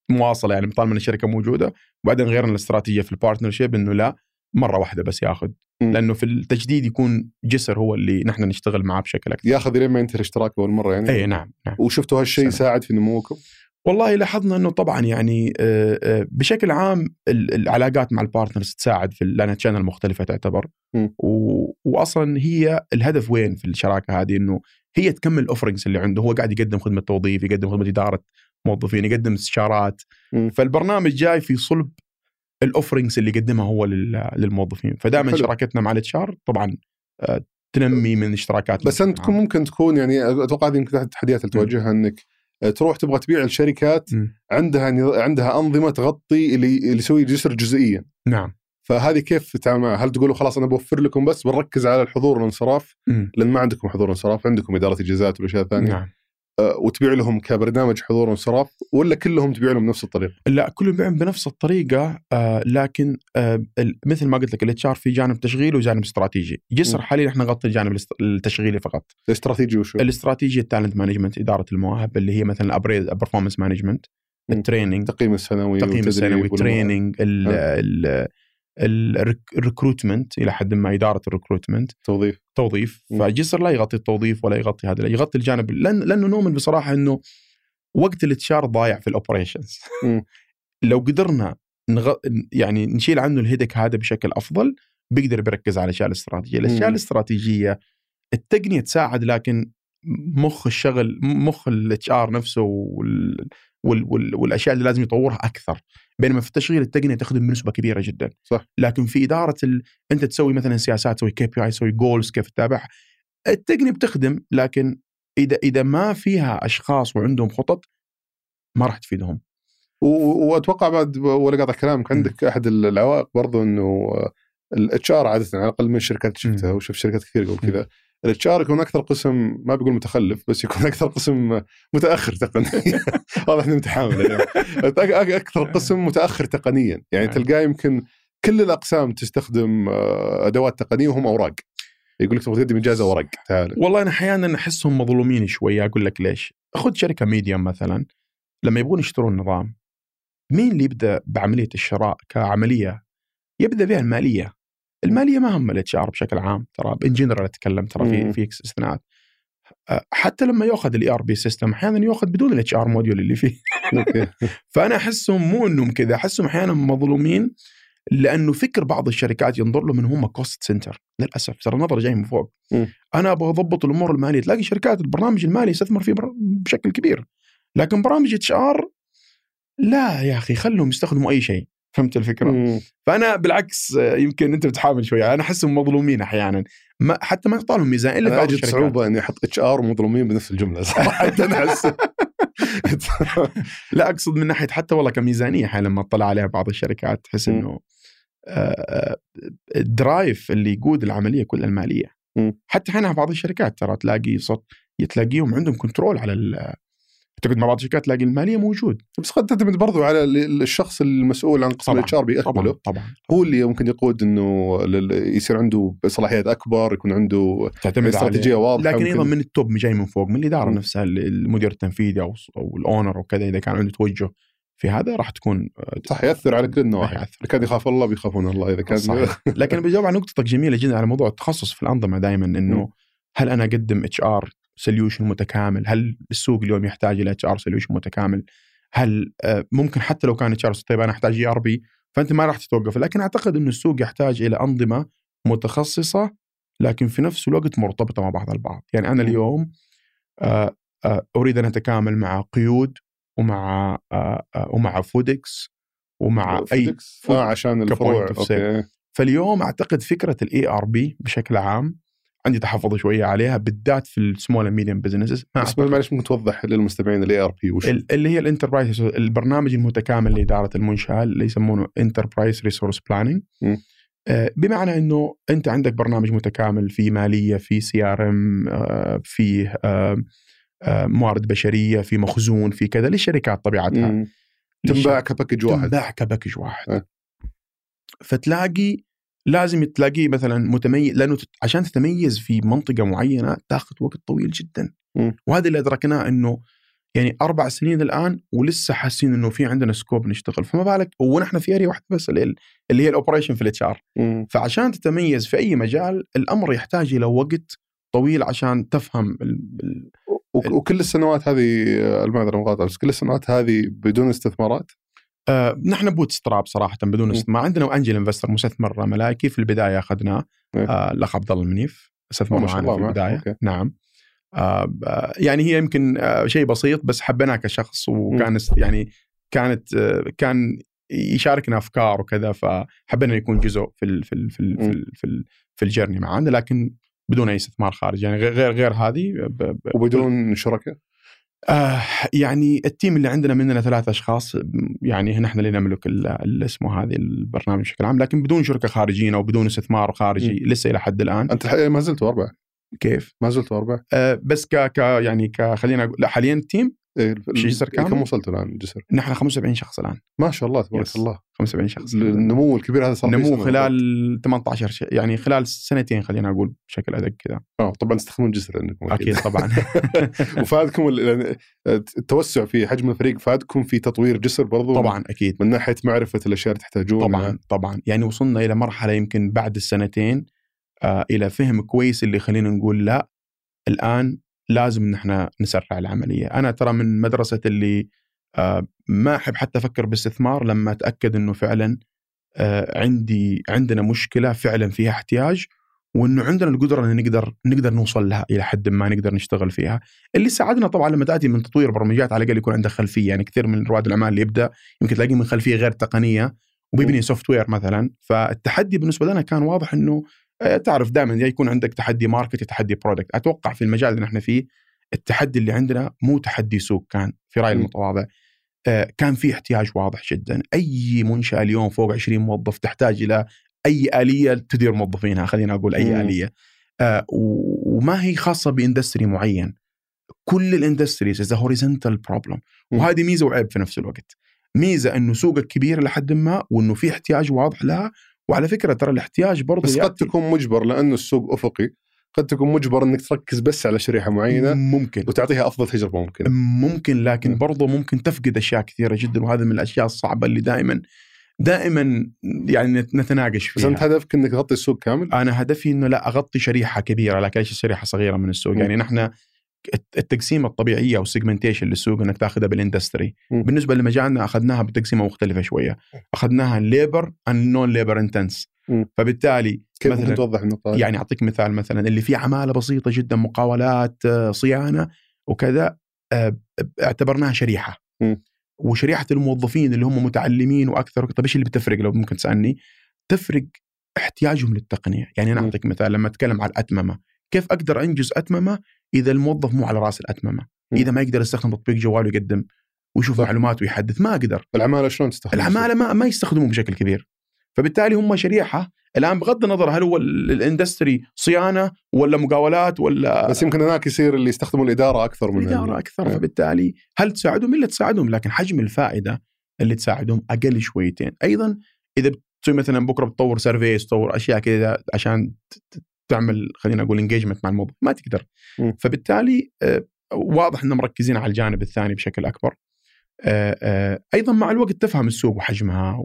مواصله يعني طالما ان الشركه موجوده. وبعدين غيرنا الاستراتيجيه في البارتنرشيب انه لا مره واحده بس ياخذ، لانه في التجديد يكون جسر هو اللي نحن نشتغل معاه بشكل اكثر، ياخذ لين ما ينتهي الاشتراك اول مره يعني. اي نعم, نعم. وشفتوا هالشيء ساعد في نموكم؟ والله لاحظنا انه طبعا يعني بشكل عام العلاقات مع البارتنرز تساعد في لانها تشانل مختلفه تعتبر و... واصلا هي الهدف وين في الشراكه هذه انه هي تكمل الاوفرنجز اللي عنده. هو قاعد يقدم خدمه توظيف، يقدم خدمه اداره موظفين، يقدم استشارات، م. فالبرنامج جاي في صلب الاوفرنجز اللي يقدمها هو للموظفين. فدائما شراكتنا مع الاتش ار طبعا تنمي من اشتراكات. بس انت تكون ممكن تكون يعني اتوقع هذه يمكن التحديات اللي تواجهها انك تروح تبغى تبيع الشركات م. عندها عندها انظمه تغطي اللي اللي يسوي جسر جزئيا. نعم. فهذه كيف تتعامل معها؟ هل تقولوا خلاص انا بوفر لكم بس بنركز على الحضور والانصراف لان ما عندكم حضور وانصراف، عندكم اداره اجازات والاشياء الثانيه؟ نعم. أه وتبيع لهم كبرنامج حضور وانصراف، ولا كلهم تبيع لهم بنفس الطريقه؟ لا كلهم بيعهم بنفس الطريقه. آه لكن آه مثل ما قلت لك الاتش ار في جانب تشغيلي وجانب استراتيجي. جسر حاليا احنا نغطي الجانب التشغيلي فقط. الاستراتيجي وشو؟ الاستراتيجي التالنت مانجمنت، اداره المواهب اللي هي مثلا الابريد البرفورمانس مانجمنت، التريننج، التقييم السنوي، التقييم السنوي، التريننج، الريكروتمنت الى حد ما، اداره الريكروتمنت، توظيف توظيف م. فجسر لا يغطي التوظيف ولا يغطي هذا، لا يغطي الجانب لأن لانه نؤمن بصراحه انه وقت الاتشار ضايع في الاوبريشنز. لو قدرنا نغ... يعني نشيل عنه الهيدك هذا بشكل افضل بيقدر بيركز على الاشياء الاستراتيجيه. الاشياء الاستراتيجيه التقنيه تساعد، لكن مخ الشغل مخ الاتش ار نفسه وال... وال... وال... والاشياء اللي لازم يطورها اكثر. بينما في التشغيل التقنيه تخدم بنسبه كبيره جدا. صح. لكن في اداره ال... انت تسوي مثلا سياسات، تسوي كي بي اي، تسوي جولز، كيف تتابعها، التقنيه بتخدم، لكن اذا اذا ما فيها اشخاص وعندهم خطط ما راح تفيدهم. واتوقع بعد ولا قاطع كلامك عندك م. احد العوائق برضو انه الاتش ار عاده على الاقل من الشركات شفتها وشوف شركات كثير قبل كذا الاتش ار يكون اكثر قسم، ما بيقول متخلف، بس يكون اكثر قسم متاخر تقنيا. واضح انه متحامل اليوم. اكثر قسم متاخر تقنيا، يعني تلقاه يمكن كل الاقسام تستخدم ادوات تقنيه وهم اوراق. يقول لك تبغى تقدم اجازه ورق تعال. والله انا احيانا احسهم مظلومين شويه. اقول لك ليش. خذ شركه ميديا مثلا، لما يبغون يشترون النظام، مين اللي يبدا بعمليه الشراء كعمليه؟ يبدا بها الماليه. الماليه ما هم الاتش ار بشكل عام، ترى ان جنرال اتكلم، ترى في في استثناءات. حتى لما ياخذ الاي ار بي سيستم احيانا ياخذ بدون الاتش ار موديول اللي فيه. فانا احسهم مو انهم كذا، احسهم احيانا مظلومين، لانه فكر بعض الشركات ينظر لهم انهم كوست سنتر. للاسف ترى النظر جاي من فوق. م. انا ابغى اضبط الامور الماليه، تلاقي شركات البرنامج المالي يستثمر فيه بشكل كبير، لكن برامج اتش ار لا يا اخي، خلهم يستخدموا اي شيء. فهمت الفكره؟ مم. فانا بالعكس يمكن انت بتحامل شويه، انا احسهم مظلومين احيانا، ما حتى ما يعطوا لهم ميزان الا في بعض الشركات. صعوبه اني احط اتش ار ومظلومين بنفس الجمله حتى انا احس. لا اقصد من ناحيه حتى والله كميزانيه، احيانا لما اطلع عليها بعض الشركات تحس انه الدرايف اللي يقود العمليه كلها الماليه. مم. حتى احيانا بعض الشركات ترى تلاقي صوت تلاقيهم عندهم كنترول على، تقعد مع بعض الشركات تلاقي الماليه موجود، بس قد تعتمد برضو على الشخص المسؤول عن قسم الاتش ار بأكمله. طبعا, طبعا هو اللي ممكن يقود انه يصير عنده صلاحيات اكبر، يكون عنده استراتيجيه واضحه. لكن ايضا من التوب جاي من فوق، من الاداره نفسها، المدير التنفيذي او او الاونر وكذا، اذا كان عنده توجه في هذا راح تكون صح، يأثر على كل النواحي. كان يخاف الله بيخافون الله إذا كان. لكن بجاوب على نقطتك جميلة جدا على موضوع التخصص في الأنظمة دائما، إنه هل أنا أقدم اتش ار سوليوشن متكامل؟ هل السوق اليوم يحتاج إلى اتش ار سوليوشن متكامل؟ هل ممكن حتى لو كان اتش ار طيب أنا أحتاج اي ار بي، فأنت ما راح تتوقف. لكن أعتقد إنه السوق يحتاج إلى أنظمة متخصصة لكن في نفس الوقت مرتبطة مع بعض البعض. يعني أنا اليوم أريد أن أتكامل مع قيود ومع آه آه ومع فودكس ومع أي آه عشان الفروع. فاليوم أعتقد فكرة الاي ار بي بشكل عام عندي تحفظ شوية عليها، بالذات في السمول ميديم بزنسز. بس معلش ممكن توضح للمستمعين الاي ار بي وش اللي هي الانتربرايز، البرنامج المتكامل لإدارة المنشأة اللي يسمونه انتربرايز ريسورس بلاننج. آه بمعنى انه انت عندك برنامج متكامل في مالية، في سي ار ام، آه في آه موارد بشرية، في مخزون، في كذا للشركات طبيعتها، تنباع كباكج واحد تنباع كباكج واحد أه. فتلاقي لازم تلاقيه مثلا متميز، لأنه عشان تتميز في منطقة معينة تأخذ وقت طويل جدا. م. وهذا اللي أدركناه، أنه يعني اربع سنين الان ولسه حاسين انه في عندنا سكوب نشتغل، فما بالك ونحن في اريا واحده بس اللي هي الاوبريشن في الاتش ار. فعشان تتميز في اي مجال الامر يحتاج الى وقت طويل عشان تفهم ال... ال... وكل السنوات هذه المعذره مقاطعه بس كل السنوات هذه بدون استثمارات. آه، نحن بوت ستراب صراحه بدون استثمار. عندنا انجل انفستر مستثمر ملاكي في البدايه اخذناه آه، الاخ عبد الله المنيف استثمر معنا في البدايه. أوكي. نعم آه، يعني هي يمكن آه، شيء بسيط بس حبيناه كشخص وكان يعني كانت آه، كان يشاركنا افكار وكذا، فحبينا يكون جزء في ال في ال في ال في, ال في, ال في الجيرني معنا، لكن بدون اي استثمار خارجي يعني غير غير, غير هذه ب ب وبدون شركاء. آه يعني التيم اللي عندنا مننا ثلاثة أشخاص، يعني نحن اللي نملك اسمه هذه البرنامج بشكل عام، لكن بدون شركة خارجيين أو بدون استثمار خارجي م. لسه إلى حد الآن. أنت الحقيقة ما زلت أربعة. كيف؟ ما زلت أربعة. آه بس ك ك يعني ك خلينا أقول لا حاليا التيم إيه جسر كامل. كم وصلت الآن جسر؟ نحن خمسة وسبعين شخص الآن. ما شاء الله تبارك الله. خمسة وسبعين شخص. النمو الكبير هذا صار نمو خلال ثمانية عشر شيء يعني خلال سنتين خلينا أقول بشكل أدق كذا. آه طبعا تستخدمون جسر عندكم أكيد, أكيد طبعا. وفادكم التوسع في حجم الفريق، فادكم في تطوير جسر برضو طبعا أكيد من ناحية معرفة الأشياء اللي تحتاجونها. طبعا طبعا يعني وصلنا إلى مرحلة يمكن بعد السنتين آه إلى فهم كويس اللي خلينا نقول لا الآن لازم إن إحنا نسرع العملية. أنا ترى من مدرسة اللي آه ما أحب حتى أفكر باستثمار لما أتأكد إنه فعلا آه عندي عندنا مشكلة فعلا فيها احتياج، وإنه عندنا القدرة إن نقدر نقدر نوصل لها إلى حد ما نقدر نشتغل فيها. اللي ساعدنا طبعا لما تأتي من تطوير برمجيات على الأقل يكون عنده خلفية، يعني كثير من رواد الأعمال اللي يبدأ يمكن تلاقيه من خلفية غير تقنية وبيبني سوفت وير مثلا. فالتحدي بالنسبة لنا كان واضح إنه آه تعرف دائما يكون عندك تحدي ماركت تحدي برودكت. أتوقع في المجال اللي نحن فيه التحدي اللي عندنا مو تحدي سوق، كان في رأيي المتواضع آه كان في احتياج واضح جدا. أي منشأة اليوم فوق عشرين موظف تحتاج إلى أي آلية تدير موظفينها، خلينا أقول أي مم. آلية آه وما هي خاصة باندستري معين. كل الاندستريز is a horizontal problem، وهذه ميزة وعيب في نفس الوقت. ميزة إنه سوقك كبير لحد ما وإنه في احتياج واضح لها، وعلى فكرة ترى الاحتياج برضو بس قد تكون مجبر لأنه السوق أفقي، قد تكون مجبر إنك تركز بس على شريحة معينة ممكن وتعطيها أفضل تجربة ممكن ممكن لكن م. برضو ممكن تفقد أشياء كثيرة جدا، وهذا من الأشياء الصعبة اللي دائما دائما يعني نتناقش فيها. بس أنت هدفك إنك تغطي السوق كامل؟ أنا هدفي إنه لا أغطي شريحة كبيرة، لكن ليش شريحة صغيرة من السوق. م. يعني نحن التقسيمة الطبيعية أو السيجمنتيشن للسوق إنك تأخذها بالاندستري. م. بالنسبة لمجالنا أخذناها بتقسيمة مختلفة شوية، أخذناها ليبر and non labor intense. م. فبالتالي كيف مثلا توضح النقطة؟ يعني أعطيك مثال، مثلا اللي فيه عمالة بسيطة جدا، مقاولات صيانة وكذا، اعتبرناها شريحة. م. وشريحة الموظفين اللي هم متعلمين وأكثر. طيب إيش اللي بتفرق لو ممكن تسألني؟ تفرق احتياجهم للتقنية. يعني أنا أعطيك مثال، لما أتكلم على الأتممة، كيف أقدر أنجز أتممة إذا الموظف مو على رأس الأتممة؟ م. إذا ما يقدر يستخدم تطبيق جوال ويقدم ويشوف معلومات ويحدث، ما أقدر. العمالة شلون تستخدم؟ العمالة ما ما يستخدمون بشكل كبير. فبالتالي هم شريحة الآن بغض النظر هل هو الاندستري صيانة ولا مقاولات ولا، بس يمكن هناك يصير اللي يستخدموا الإدارة أكثر من الإدارة أكثر. فبالتالي هل تساعدهم؟ إلا تساعدهم، لكن حجم الفائدة اللي تساعدهم أقل شويتين. أيضا إذا بتسوي مثلا بكرة بتطور سيرفيس، تطور أشياء كذا عشان تعمل خلينا أقول انجيجمنت مع الموظف، ما تقدر. م. فبالتالي واضح أننا مركزين على الجانب الثاني بشكل أكبر. أيضا مع الوقت تفهم السوق وحجمها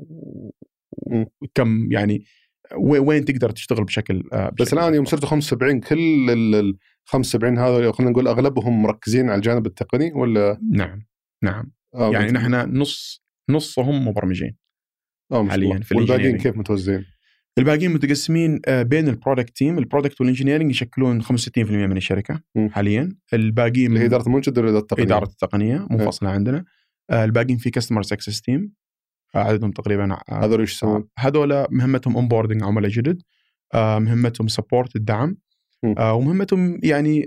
وكم يعني وين تقدر تشتغل بشكل, بشكل بس الآن يوم صرتوا خمسة وسبعين كل ال خمسة وسبعين هذا خلينا نقول أغلبهم مركزين على الجانب التقني ولا؟ نعم نعم آه يعني نحن نص نصهم مبرمجين حاليا في والباقيين كيف متوزعين؟ الباقيين متقسمين بين البرودكت تيم، البرودكت والانجينيرنج يشكلون خمسة وستين بالمئة من الشركة م. حاليا. الباقيين اللي هي إدارة المنتج ولا إدارة التقنية؟ إدارة التقنية منفصلة م. عندنا. الباقيين في كاستمر سكسس تيم، عددهم تقريبا هذول ايش يسوون؟ هذول مهمتهم اونبوردنج عملاء جدد، مهمتهم سبورت الدعم، ومهمتهم يعني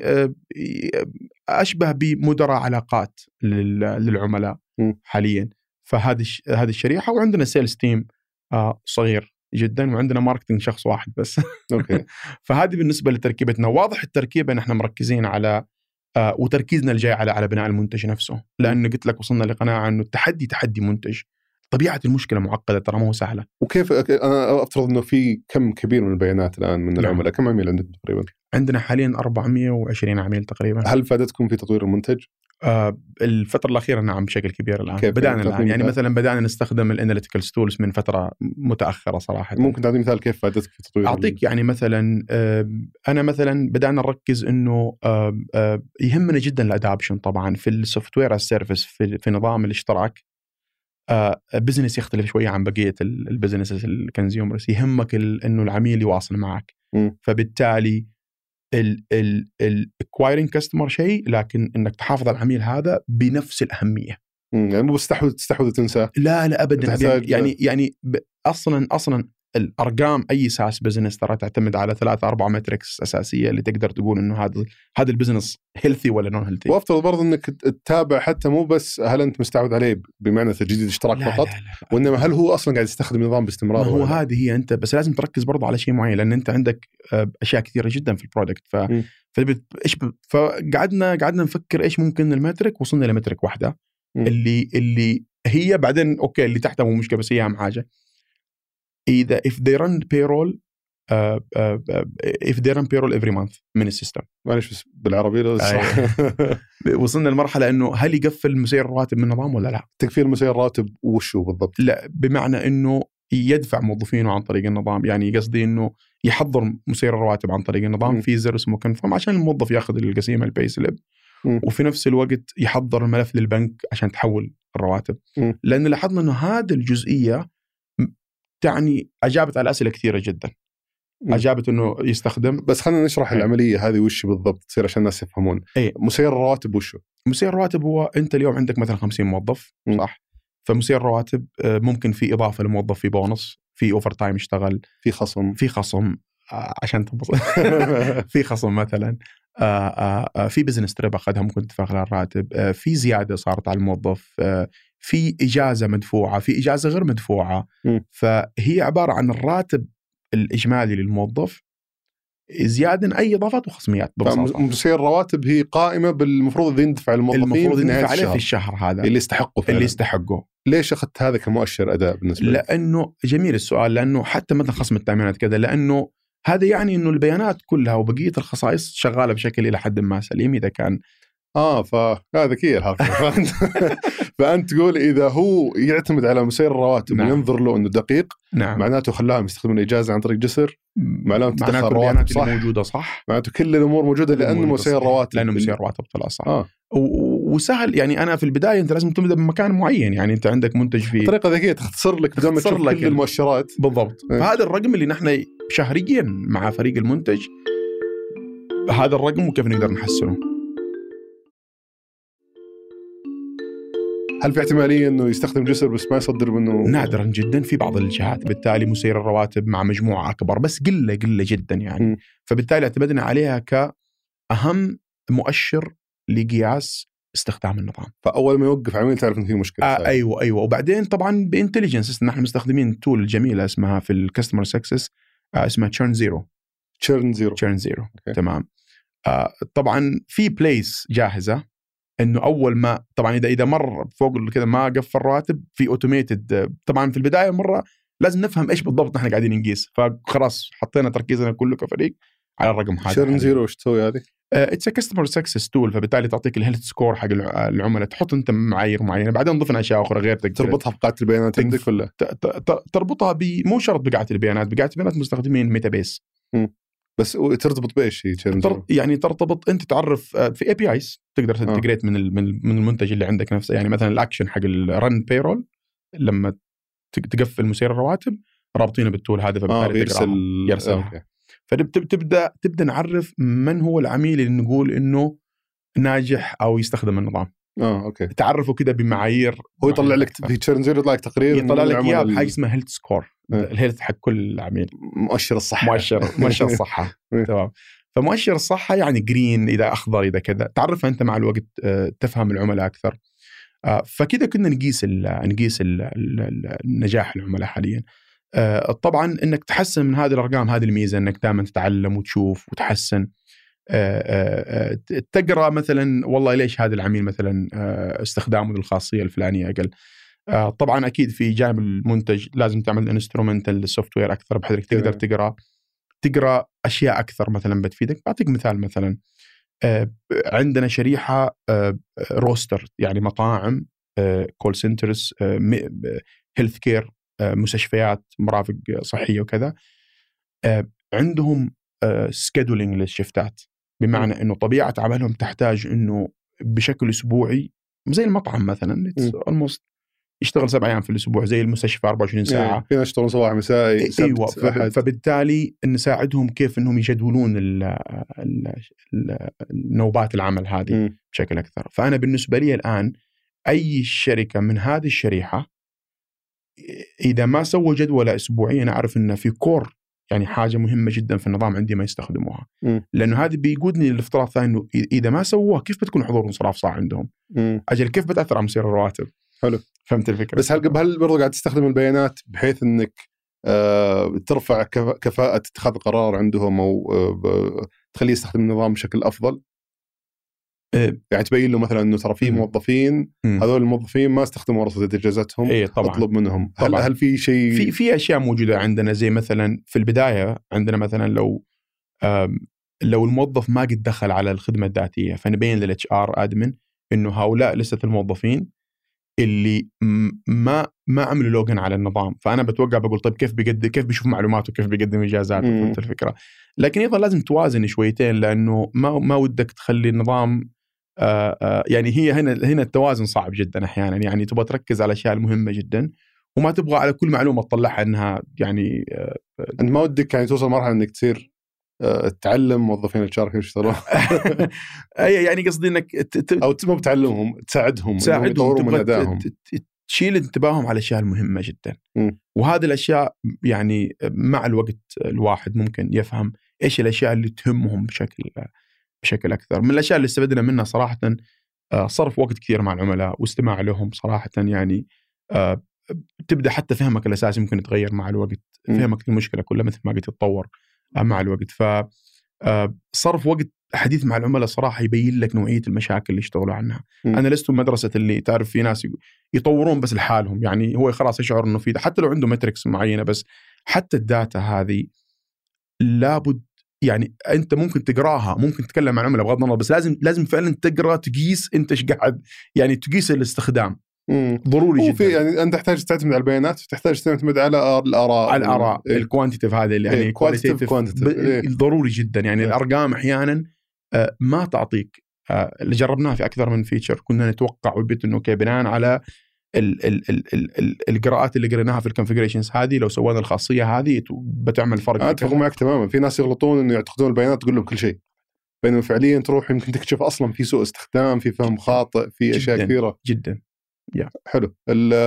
اشبه بمدراء علاقات للعملاء م. حاليا. فهذه هذه الشريحه. وعندنا سيلز تيم صغير جدا، وعندنا ماركتنج شخص واحد بس. اوكي. فهذه بالنسبه لتركيبتنا. واضح التركيبه ان احنا مركزين على وتركيزنا الجاي على على بناء المنتج نفسه، لانه قلت لك وصلنا لقناعه انه التحدي تحدي منتج. طبيعة المشكلة معقدة ترى، ما هو سهلة. وكيف أنا أفترض إنه في كم كبير من البيانات الآن من العملاء؟ نعم. كم عميل عندكم تقريبا؟ عندنا حاليا أربعمئة وعشرين عميل تقريبا. هل فادتكم في تطوير المنتج؟ آه الفترة الأخيرة نعم بشكل كبير الآن بدأنا الآن يعني مثلا بدأنا نستخدم الاناليتيكال تولز من فترة متأخرة صراحة. ممكن تعطي مثال كيف فادتك في تطوير؟ أعطيك يعني مثلا آه أنا مثلا بدأنا نركز إنه آه آه يهمنا جدا الأدابشن طبعا في السوفت وير السيرفيس في, في نظام الاشتراك. آه بزنس يختلف شوية عن بقية البزنسز الكونسيومرز، يهمك إنه العميل يواصل معك. م. فبالتالي ال ال ال acquiring customer شيء، لكن انك تحافظ على العميل هذا بنفس الأهمية. يعني مو بستحوذ تستحوذ وتنسى. لا لا ابدا. يعني يعني اصلا اصلا الارقام اي ساس بزنس ترى تعتمد على ثلاثة أربعة ماتريكس اساسيه اللي تقدر تقول انه هذا هذا البزنس هيلثي ولا نون هيلثي. وافترض برضه انك تتابع حتى مو بس هل انت مستعود عليه بمعنى تجديد اشتراك لا فقط، لا لا لا. وانما هل هو اصلا قاعد يستخدم نظام باستمرار. هو هذه هي انت بس لازم تركز برضه على شيء معين، لان انت عندك اشياء كثيره جدا في البرودكت. ف ايش ب... فقعدنا قعدنا نفكر ايش ممكن المترك، وصلنا لمترك واحده م. اللي اللي هي بعدين اوكي اللي تحتها مو مشكله، بس هي اهم حاجه اذا if they run payroll uh, uh, uh, if they run payroll every month من السيستم. معلش بس بالعربي لو وصلنا لمرحله انه هل يقفل مسير الراتب من النظام ولا لا. تكفير مسير الراتب وشو بالضبط؟ لا بمعنى انه يدفع موظفينه عن طريق النظام، يعني قصدي انه يحضر مسير الرواتب عن طريق النظام م. في زر اسمه كونفيرم عشان الموظف ياخذ القسيمه الباي سليب، وفي نفس الوقت يحضر الملف للبنك عشان تحول الرواتب. م. لان لاحظنا انه هذه الجزئيه تعني اجابت على اسئله كثيره جدا. م. اجابت انه يستخدم. بس خلينا نشرح أي. العمليه هذه وش بالضبط تصير عشان الناس يفهمون. أي. مسير الرواتب وشو؟ مسير الرواتب هو انت اليوم عندك مثلا خمسين موظف م. صح، فمسير الرواتب ممكن في اضافه لموظف، في بونص، في اوفر تايم اشتغل، في خصم في خصم عشان تنبسط في خصم مثلا، في بزنس تريب اخذها ممكن تدفع على الراتب، في زياده صارت على الموظف، في اجازه مدفوعه، في اجازه غير مدفوعه. م. فهي عباره عن الراتب الاجمالي للموظف زياده اي اضافات وخصميات. مسير الرواتب هي قائمه بالمفروض يندفع الموظفين المفروض يندفع عليه في الشهر هذا اللي يستحقه فعلا. اللي يستحقه. ليش اخذت هذا كمؤشر اداء بالنسبه لك؟ لانه جميل السؤال، لانه حتى مثلا خصم التامينات كذا، لانه هذا يعني انه البيانات كلها وبقيه الخصائص شغاله بشكل الى حد ما سليم. اذا كان اه فهذا ذكيه الحركه فانت فانت تقول اذا هو يعتمد على مسير الرواتب نعم. وينظر له انه دقيق نعم. معناته خلاهم يستخدمون اجازه عن طريق جسر، معناته تدخل الرواتب صح، موجوده صح، معناته كل الامور موجوده لانه مسير الرواتب لانه مسير الرواتب طلع صح. آه. وسهل يعني. انا في البدايه انت لازم تبدا بمكان معين، يعني انت عندك منتج فيه طريقه ذكيه تختصر لك بدون ما تشوف كل يعني. المؤشرات بالضبط. اه. فهذا الرقم اللي نحن شهريا مع فريق المنتج، هذا الرقم وكيف نقدر نحسنه. هل في احتمالية أنه يستخدم جسر بس ما يصدر منه؟ نادرا جدا في بعض الجهات، بالتالي مسير الرواتب مع مجموعة أكبر، بس قلة قلة جدا يعني. م. فبالتالي اعتمدنا عليها كأهم مؤشر لقياس استخدام النظام. فأول ما يوقف عميل تعرف أنه في مشكلة. آه أيوة أيوة. وبعدين طبعا بإنتليجنس نحن مستخدمين تول جميلة اسمها في الكاستمر سكسس آه اسمها تشيرن زيرو. تشيرن زيرو. تشيرن زيرو تمام. آه طبعا في بليس جاهزة انه اول ما طبعا اذا اذا مر فوق كذا ما قفل الرواتب في اوتوميتد. طبعا في البدايه مره لازم نفهم ايش بالضبط نحن قاعدين نقيس، فخلاص حطينا تركيزنا كله كفريق على الرقم هذا. شيرن زيرو ايش تسوي هذه؟ اتس ا كاستمر سكسس تول، فبالتالي تعطيك الهيلث سكور حق العملاء، تحط انت معايير معينه، بعدين ضفنا اشياء اخرى غير تربطها بقاعده البيانات عندك ولا تربطها بمو شرط بقاعده البيانات، بقاعده البيانات مستخدمين ميتابيس بس ترتبط بايش هي تر... يعني ترتبط انت تعرف في اي بي ايز تقدر تنتجريت من من المنتج اللي عندك نفسه. يعني مثلا الاكشن حق الرن بيرول لما تقفل مسير الرواتب رابطينه بالتول هذا، فبالتالي يرسل يرسلها. فتبدا تبدا نعرف من هو العميل اللي نقول انه ناجح او يستخدم النظام. اه اوكي. تعرفه كده بمعايير. هو يطلع لك في تشيرن زيرو يطلع لك تقرير، يطلع لك اياه بحاجه اسمها هيلث سكور، الهيلث حق كل عميل، مؤشر الصحه. مؤشر مؤشر الصحه تمام. فمؤشر الصحه يعني جرين اذا اخضر اذا كذا، تعرف انت مع الوقت تفهم العملاء اكثر. فكذا كنا نقيس ال نقيس ال النجاح العملاء حاليا. طبعا انك تحسن من هذه الارقام، هذه الميزه انك دائما تتعلم وتشوف وتحسن. تقرأ مثلا والله ليش هذا العميل مثلا استخدامه للخاصية الفلانية أقل. طبعا أكيد في جانب المنتج لازم تعمل انسترومنتال للسوفت وير أكثر بحيث تقدر تقرأ تقرأ أشياء أكثر مثلا بتفيدك. بعطيك مثال مثلا عندنا شريحة روستر يعني مطاعم، كول سنترز، هيلث كير، مستشفيات، مرافق صحية وكذا، عندهم سكيدولينج للشفتات، بمعنى أنه طبيعة عملهم تحتاج أنه بشكل أسبوعي زي المطعم مثلا almost يشتغل سبع أيام في الأسبوع، زي المستشفى أربعة وعشرين ساعة، فينا يشتغل صباح مسائي سبت أيوة. أحد. فبالتالي نساعدهم كيف أنهم يجدولون ال ال ال النوبات العمل هذه م. بشكل أكثر. فأنا بالنسبة لي الآن أي شركة من هذه الشريحة إذا ما سووا جدولة أسبوعية أنا أعرف أنه في كور يعني حاجة مهمة جدا في النظام عندي ما يستخدموها، م. لأنه هذه بيقودني للافتراض ثاني أنه إذا ما سووها كيف بتكون حضور انصراف صاع عندهم، م. أجل كيف بتأثر على مصير الرواتب. حلو، فهمت الفكرة. بس هل هل برضو قاعد تستخدم البيانات بحيث انك آه ترفع كفاءة اتخاذ القرار عندهم، او آه تخليه يستخدم النظام بشكل افضل؟ إيه. يعني تبين له مثلا انه ترى في موظفين مم. هذول الموظفين ما استخدموا رصيد اجازتهم، إيه اطلب منهم. طبعاً. هل هل في شيء في في اشياء موجودة عندنا، زي مثلا في البداية عندنا مثلا لو لو الموظف ما قد دخل على الخدمة الذاتية فنبين للاتش ار ادمن انه هؤلاء لسه الموظفين اللي ما ما عملوا لوجن على النظام، فانا بتوقع بقول طيب كيف بيقدم، كيف بيشوف معلوماته، كيف بيقدم اجازاته. فهمت الفكره. لكن ايضا لازم توازن شويتين، لانه ما ما ودك تخلي النظام آآ آآ يعني هي هنا هنا التوازن صعب جدا احيانا، يعني تبغى تركز على الاشياء المهمه جدا وما تبغى على كل معلومه تطلعها انها يعني انت ما ودك يعني توصل مرحله انك تصير تعلم موظفين الشركه كيف يشتغلون. يعني قصدي انك ت... او مو بتعلمهم، تساعدهم تساعدهم يطوروا من ادائهم، تشيل انتباههم على الاشياء المهمه جدا. م. وهذه الاشياء يعني مع الوقت الواحد ممكن يفهم ايش الاشياء اللي تهمهم بشكل بشكل اكثر. من الاشياء اللي استفدنا منها صراحه صرف وقت كثير مع العملاء واستماع لهم صراحه، يعني تبدا حتى فهمك الاساسي ممكن يتغير مع الوقت، م. فهمك المشكله كلها مثل ما قلت يتطور مع الوقت. ف صرف وقت حديث مع العملاء صراحة يبين لك نوعية المشاكل اللي يشتغلوا عنها. م. أنا لست مدرسة اللي تعرف في ناس يطورون بس لحالهم، يعني هو خلاص يشعر إنه في حتى لو عنده متركس معينة، بس حتى الداتا هذه لابد يعني أنت ممكن تقراها، ممكن تتكلم مع العملاء بغض النظر، بس لازم لازم فعلا تقرأ تقيس أنت إيش قاعد يعني تقيس الاستخدام. مم. ضروري جدا. يعني أنت تحتاج تعتمد على البيانات، تحتاج تعتمد على الآراء، على الآراء إيه؟ الكوانتيتيف هذا اللي يعني كوانتيتيف كوانتيتيف إيه؟ ضروري جدا يعني إيه؟ الأرقام أحيانا آه ما تعطيك آه اللي جربناه في أكثر من فيتشر كنا نتوقع وبيت إنه كي بناء على ال ال ال ال ال القراءات اللي قريناها في الكونفيجريشنز هذه لو سوينا الخاصية هذه بتعمل فرق. أتفق معك تماما. في ناس يغلطون إنه يعتقدون البيانات تقول لهم كل شيء، بينما فعليا تروح يمكن تكتشف أصلا في سوء استخدام، في فهم خاطئ، في أشياء كثيرة جدا. Yeah. حلو.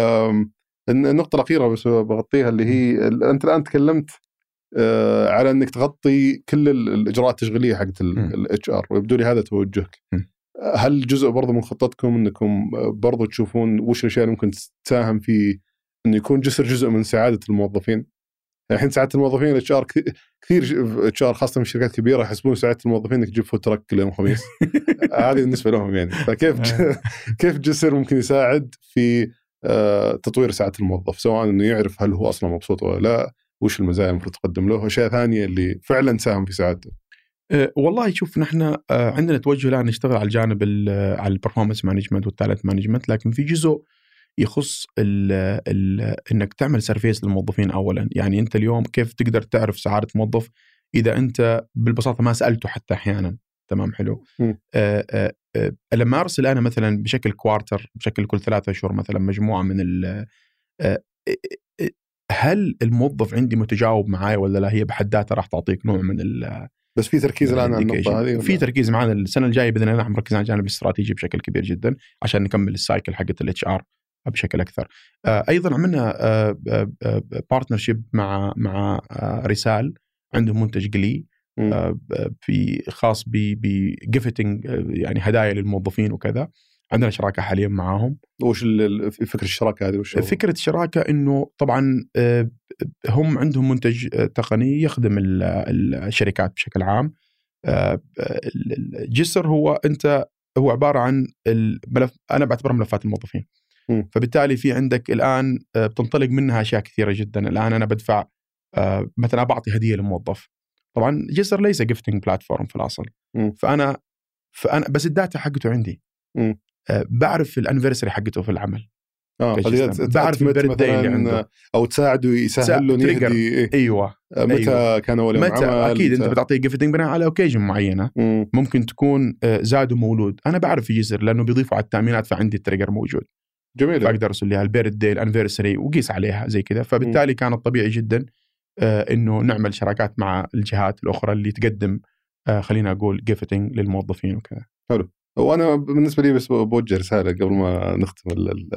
النقطة الأخيرة بس بغطيها اللي هي أنت الآن تكلمت على أنك تغطي كل الإجراءات التشغيلية حقت ال إتش آر، ويبدو لي هذا توجهك. م. هل جزء برضو من خطتكم أنكم برضو تشوفون وش الأشياء اللي ممكن تساهم في أنه يكون جسر جزء من سعادة الموظفين؟ الحين سعادة الموظفين الاتش ار كثير اتش ار خاصة من الشركات الكبيرة يحسبون سعادة الموظفين انك تجيب فوت ترك كل يوم خميس. هذه بالنسبة لهم يعني. فكيف كيف جسر ممكن يساعد في تطوير سعادة الموظف، سواء انه يعرف هل هو اصلا مبسوط ولا لا، وش المزايا المفروض تقدم له، واشياء ثانية اللي فعلا تساهم في سعادته. أه والله شوف، نحن عندنا توجه الان نشتغل على الجانب على البرفورمانس مانجمنت والتالنت مانجمنت، لكن في جزء يخص ال ال انك تعمل سيرفيس للموظفين اولا. يعني انت اليوم كيف تقدر تعرف سعاده موظف اذا انت بالبساطه ما سالته حتى احيانا؟ تمام، حلو. آآ آآ آآ لما ارسل انا مثلا بشكل كوارتر، بشكل كل ثلاثة اشهر مثلا مجموعه من ال هل الموظف عندي متجاوب معاي ولا لا؟ هي بحد ذاتها راح تعطيك نوع من ال بس في تركيز الان على النقطه هذه، في تركيز معنا السنه الجايه باذن الله مركزين على الجانب الاستراتيجي بشكل كبير جدا عشان نكمل السايكل حقت الاتش ار بشكل اكثر. ايضا عملنا بارتنرشيب مع مع رسال، عندهم منتج قلي في خاص بجيفتنج يعني هدايا للموظفين وكذا. عندنا شراكه حاليا معاهم. وش فكره الشراكه هذه؟ وش فكره الشراكه انه طبعا هم عندهم منتج تقني يخدم الشركات بشكل عام. الجسر هو انت هو عباره عن الملف، انا بعتبره ملفات الموظفين. م. فبالتالي في عندك الان بتنطلق منها اشياء كثيره جدا. الان انا بدفع مثلا بعطي هديه للموظف، طبعا جسر ليس جيفتنج بلاتفورم في الاصل. م. فانا فانا بس الداتا حقته عندي. م. آه بعرف الانيفرساري حقته في العمل، اه بعرف البيرثداي اللي عنده، او تساعده يسهل له يهدي. ايوه متى أيوة. كان اول يوم متى عمل. اكيد انت بتعطيه جيفتنج بناء على اوكيجن معينه. م. ممكن تكون زادوا مولود، انا بعرف يجسر لانه بيضيفوا على التامينات، فعندي التريجر موجود. جميل. فاقدر ارسل لها البيرثداي الانيفرساري وقيس عليها زي كذا. فبالتالي م. كان الطبيعي جدا آه انه نعمل شراكات مع الجهات الاخرى اللي تقدم آه خلينا اقول جيفتنج للموظفين وكذا. حلو. وانا بالنسبه لي بس بوجه رساله قبل ما نختم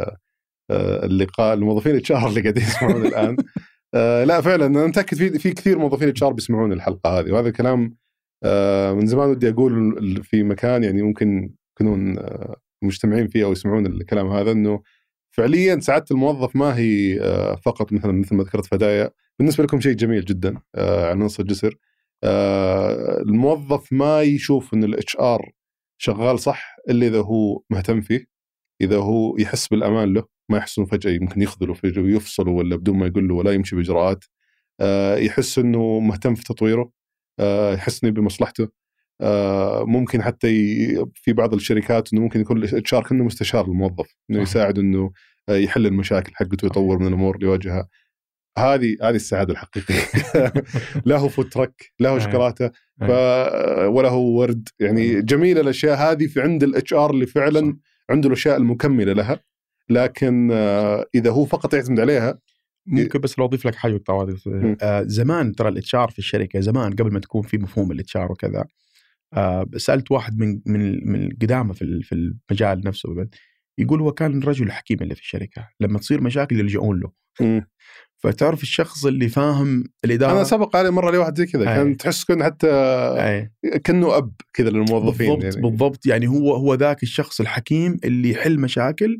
اللقاء الموظفين اتش ار اللي قاعدين يسمعون الان. آه لا فعلا انا متاكد في في كثير موظفين اتش ار بيسمعون الحلقه هذه، وهذا الكلام آه من زمان ودي اقول في مكان يعني ممكن يكونون آه مجتمعين فيه او يسمعون الكلام هذا، انه فعليا سعاده الموظف ما هي آه فقط مثلا مثل ما ذكرت فدايا. بالنسبه لكم شيء جميل جدا آه على منصه جسر. آه الموظف ما يشوف ان الاتش ار شغال صح الا اذا هو مهتم فيه، اذا هو يحس بالامان له، ما يحس انه فجاه ممكن يخذله فجاه ويفصله ولا بدون ما يقول له ولا يمشي باجراءات. آه يحس انه مهتم في تطويره، آه يحس انه بمصلحته. آه ممكن حتى ي... في بعض الشركات انه ممكن يكون الاتش ار كأنه مستشار للموظف، انه يساعد انه يحل المشاكل حقته ويطور من الامور اللي يواجهها. هذه هذه السعاده الحقيقيه. لا هو فوترك، لا هو شوكولاته، ف... ولا هو ورد. يعني جميل الاشياء هذه في عند الاتش ار اللي فعلا عنده الاشياء المكمله لها. لكن اذا هو فقط يعتمد عليها ممكن. بس لو اضيف لك حاجه طوال آه زمان ترى الاتش ار في الشركه زمان قبل ما تكون في مفهوم الاتش ار وكذا، آه سالت واحد من من من القدامى في في المجال نفسه، يقول هو كان الرجل الحكيم اللي في الشركه، لما تصير مشاكل يلجؤون له. م. فتعرف الشخص اللي فاهم الاداره. انا سبق علي مره لي واحد زي كذا، كان تحس كأنه حتى أي. كأنه اب كذا للموظفين. بالضبط يعني. بالضبط يعني هو هو ذاك الشخص الحكيم اللي يحل مشاكل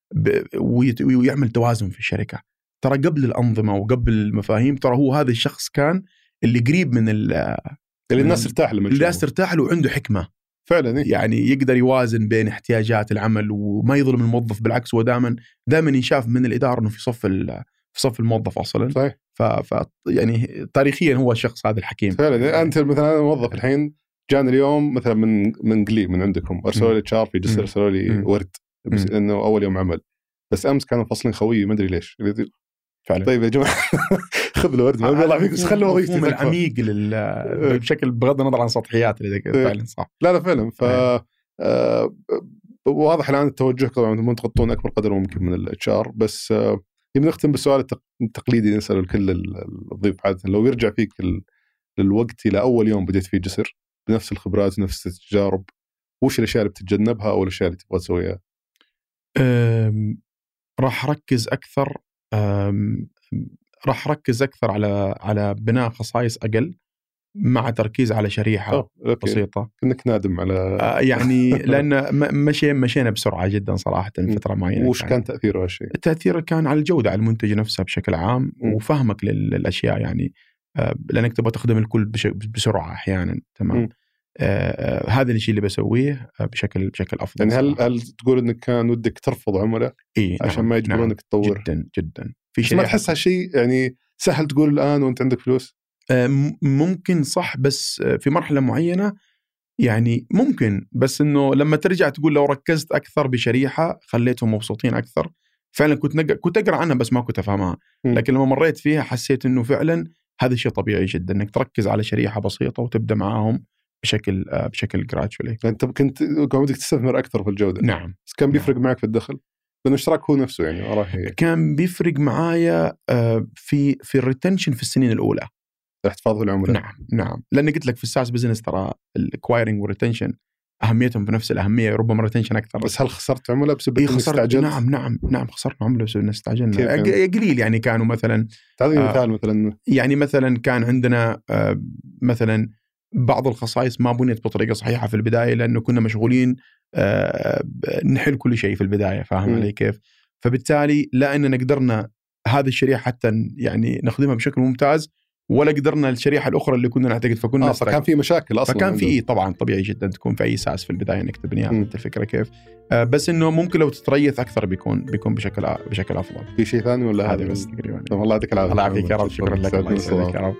ويعمل توازن في الشركه. ترى قبل الانظمه وقبل المفاهيم ترى هو هذا الشخص كان اللي قريب من اللي الناس ترتاح له، الناس ترتاح له وعنده حكمه فعلا. إيه؟ يعني يقدر يوازن بين احتياجات العمل وما يظلم الموظف، بالعكس هو دائما دائما ينشاف من الاداره انه في صف في صف الموظف اصلا. صحيح. ف... ف يعني تاريخيا هو الشخص هذا الحكيم فعلا. انت مثلا انا موظف الحين جاني اليوم مثلا من من قليل من عندكم ارسلوا لي تشار في جسر، ارسلوا لي ورد بس انه اول يوم عمل، بس امس كانوا فصلين خوي ما ادري ليش. فعلا. طيب يا جماعه خذ له ورد، ما الله فيك، بس خلوا وظيفتي العميق لل... بشكل بغض النظر عن سطحيات اللي كذا. فعلا صح. لا لا فعلا. ف آه واضح الان التوجه طبعا انتم تغطون اكبر قدر ممكن من الاتش ار، بس آه نختم بالسؤال التقليدي نساله لكل الضيوف عاده، لو يرجع فيك للوقت الى اول يوم بديت فيه جسر بنفس الخبرات نفس التجارب، وش الاشياء اللي بتتجنبها او الاشياء اللي تبغى تسويها؟ راح اركز اكثر راح اركز اكثر على على بناء خصائص اقل مع تركيز على شريحه بسيطه. انك نادم على آه يعني لان مشي مشينا بسرعه جدا صراحه فتره معينه. وش كان تاثيره هالشيء؟ التاثير كان على الجوده، على المنتج نفسه بشكل عام م. وفهمك للاشياء يعني آه لانك تبغى تخدم الكل بسرعه احيانا. تمام. آه هذا الشيء اللي بسويه بشكل بشكل افضل. يعني هل هل تقول انك كان ودك ترفض عملاء إيه عشان نعم ما يجبرونك نعم تطور؟ جدا جدا. في شيء ما تحس هالشيء يعني سهل تقول الان وانت عندك فلوس؟ ممكن صح، بس في مرحلة معينة يعني ممكن، بس إنه لما ترجع تقول لو ركزت أكثر بشريحة خليتهم مبسوطين أكثر. فعلا كنت نق... كنت أقرأ عنها بس ما كنت أفهمها، لكن لما مريت فيها حسيت إنه فعلا هذا شيء طبيعي جدا إنك تركز على شريحة بسيطة وتبدأ معاهم بشكل بشكل جرادشولي. أنت كنت بدك تستثمر أكثر في الجودة. نعم. بس كان بيفرق نعم. معك في الدخل؟ لأن الاشتراك هو نفسه يعني وراه. كان بيفرق معايا في في الريتنشن في السنين الأولى. احتفاظ العملاء. نعم نعم. لأن قلت لك في الساس بزنس ترى الاكوايرنج والريتنشن أهميتهم بنفس الأهمية، ربما ريتنشن أكثر. بس هل خسرت عملاء بسبب إيه خسرت؟ نعم نعم نعم خسرنا عملاء بسبب إن استعجلنا. يعني؟ قليل يعني كانوا مثلا. تعطيني آه مثال مثلا. يعني مثلا كان عندنا آه مثلا بعض الخصائص ما بنيت بطريقة صحيحة في البداية لأنه كنا مشغولين آه نحل كل شيء في البداية. فاهم علي كيف؟ فبالتالي لا إننا قدرنا هذه الشريحة حتى يعني نخدمها بشكل ممتاز، ولا قدرنا الشريحة الأخرى اللي كنا نعتقد. فكنا آه فكان في مشاكل أصلا. فكان في طبعا طبيعي جدا تكون في أي ساس في البداية إنك تبنيها. فهمت الفكرة كيف؟ آه بس إنه ممكن لو تتريث أكثر بيكون بيكون بشكل بشكل أفضل. في شيء ثاني ولا هذا بس تقريبا؟ الله يعطيك العافية. الله يعافيك يا رب. شكرا لك. الله يسعدك يا رب.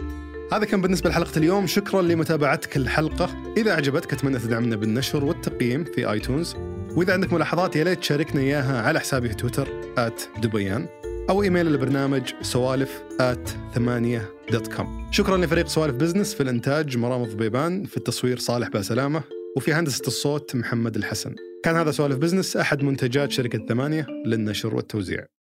هذا كان بالنسبة لحلقة اليوم. شكرا لمتابعتك الحلقة. إذا عجبتك أتمنى تدعمنا بالنشر والتقييم في آيتونز، وإذا عندك ملاحظات يا ليت تشاركنا إياها على حسابي في تويتر آت دبيان أو إيميل البرنامج سوالف آت ثمانية دوت كوم. شكرا لفريق سوالف بزنس في الإنتاج مرام ضبيبان، في التصوير صالح باسلامة، وفي هندسة الصوت محمد الحسن. كان هذا سوالف بزنس، أحد منتجات شركة ثمانية للنشر والتوزيع.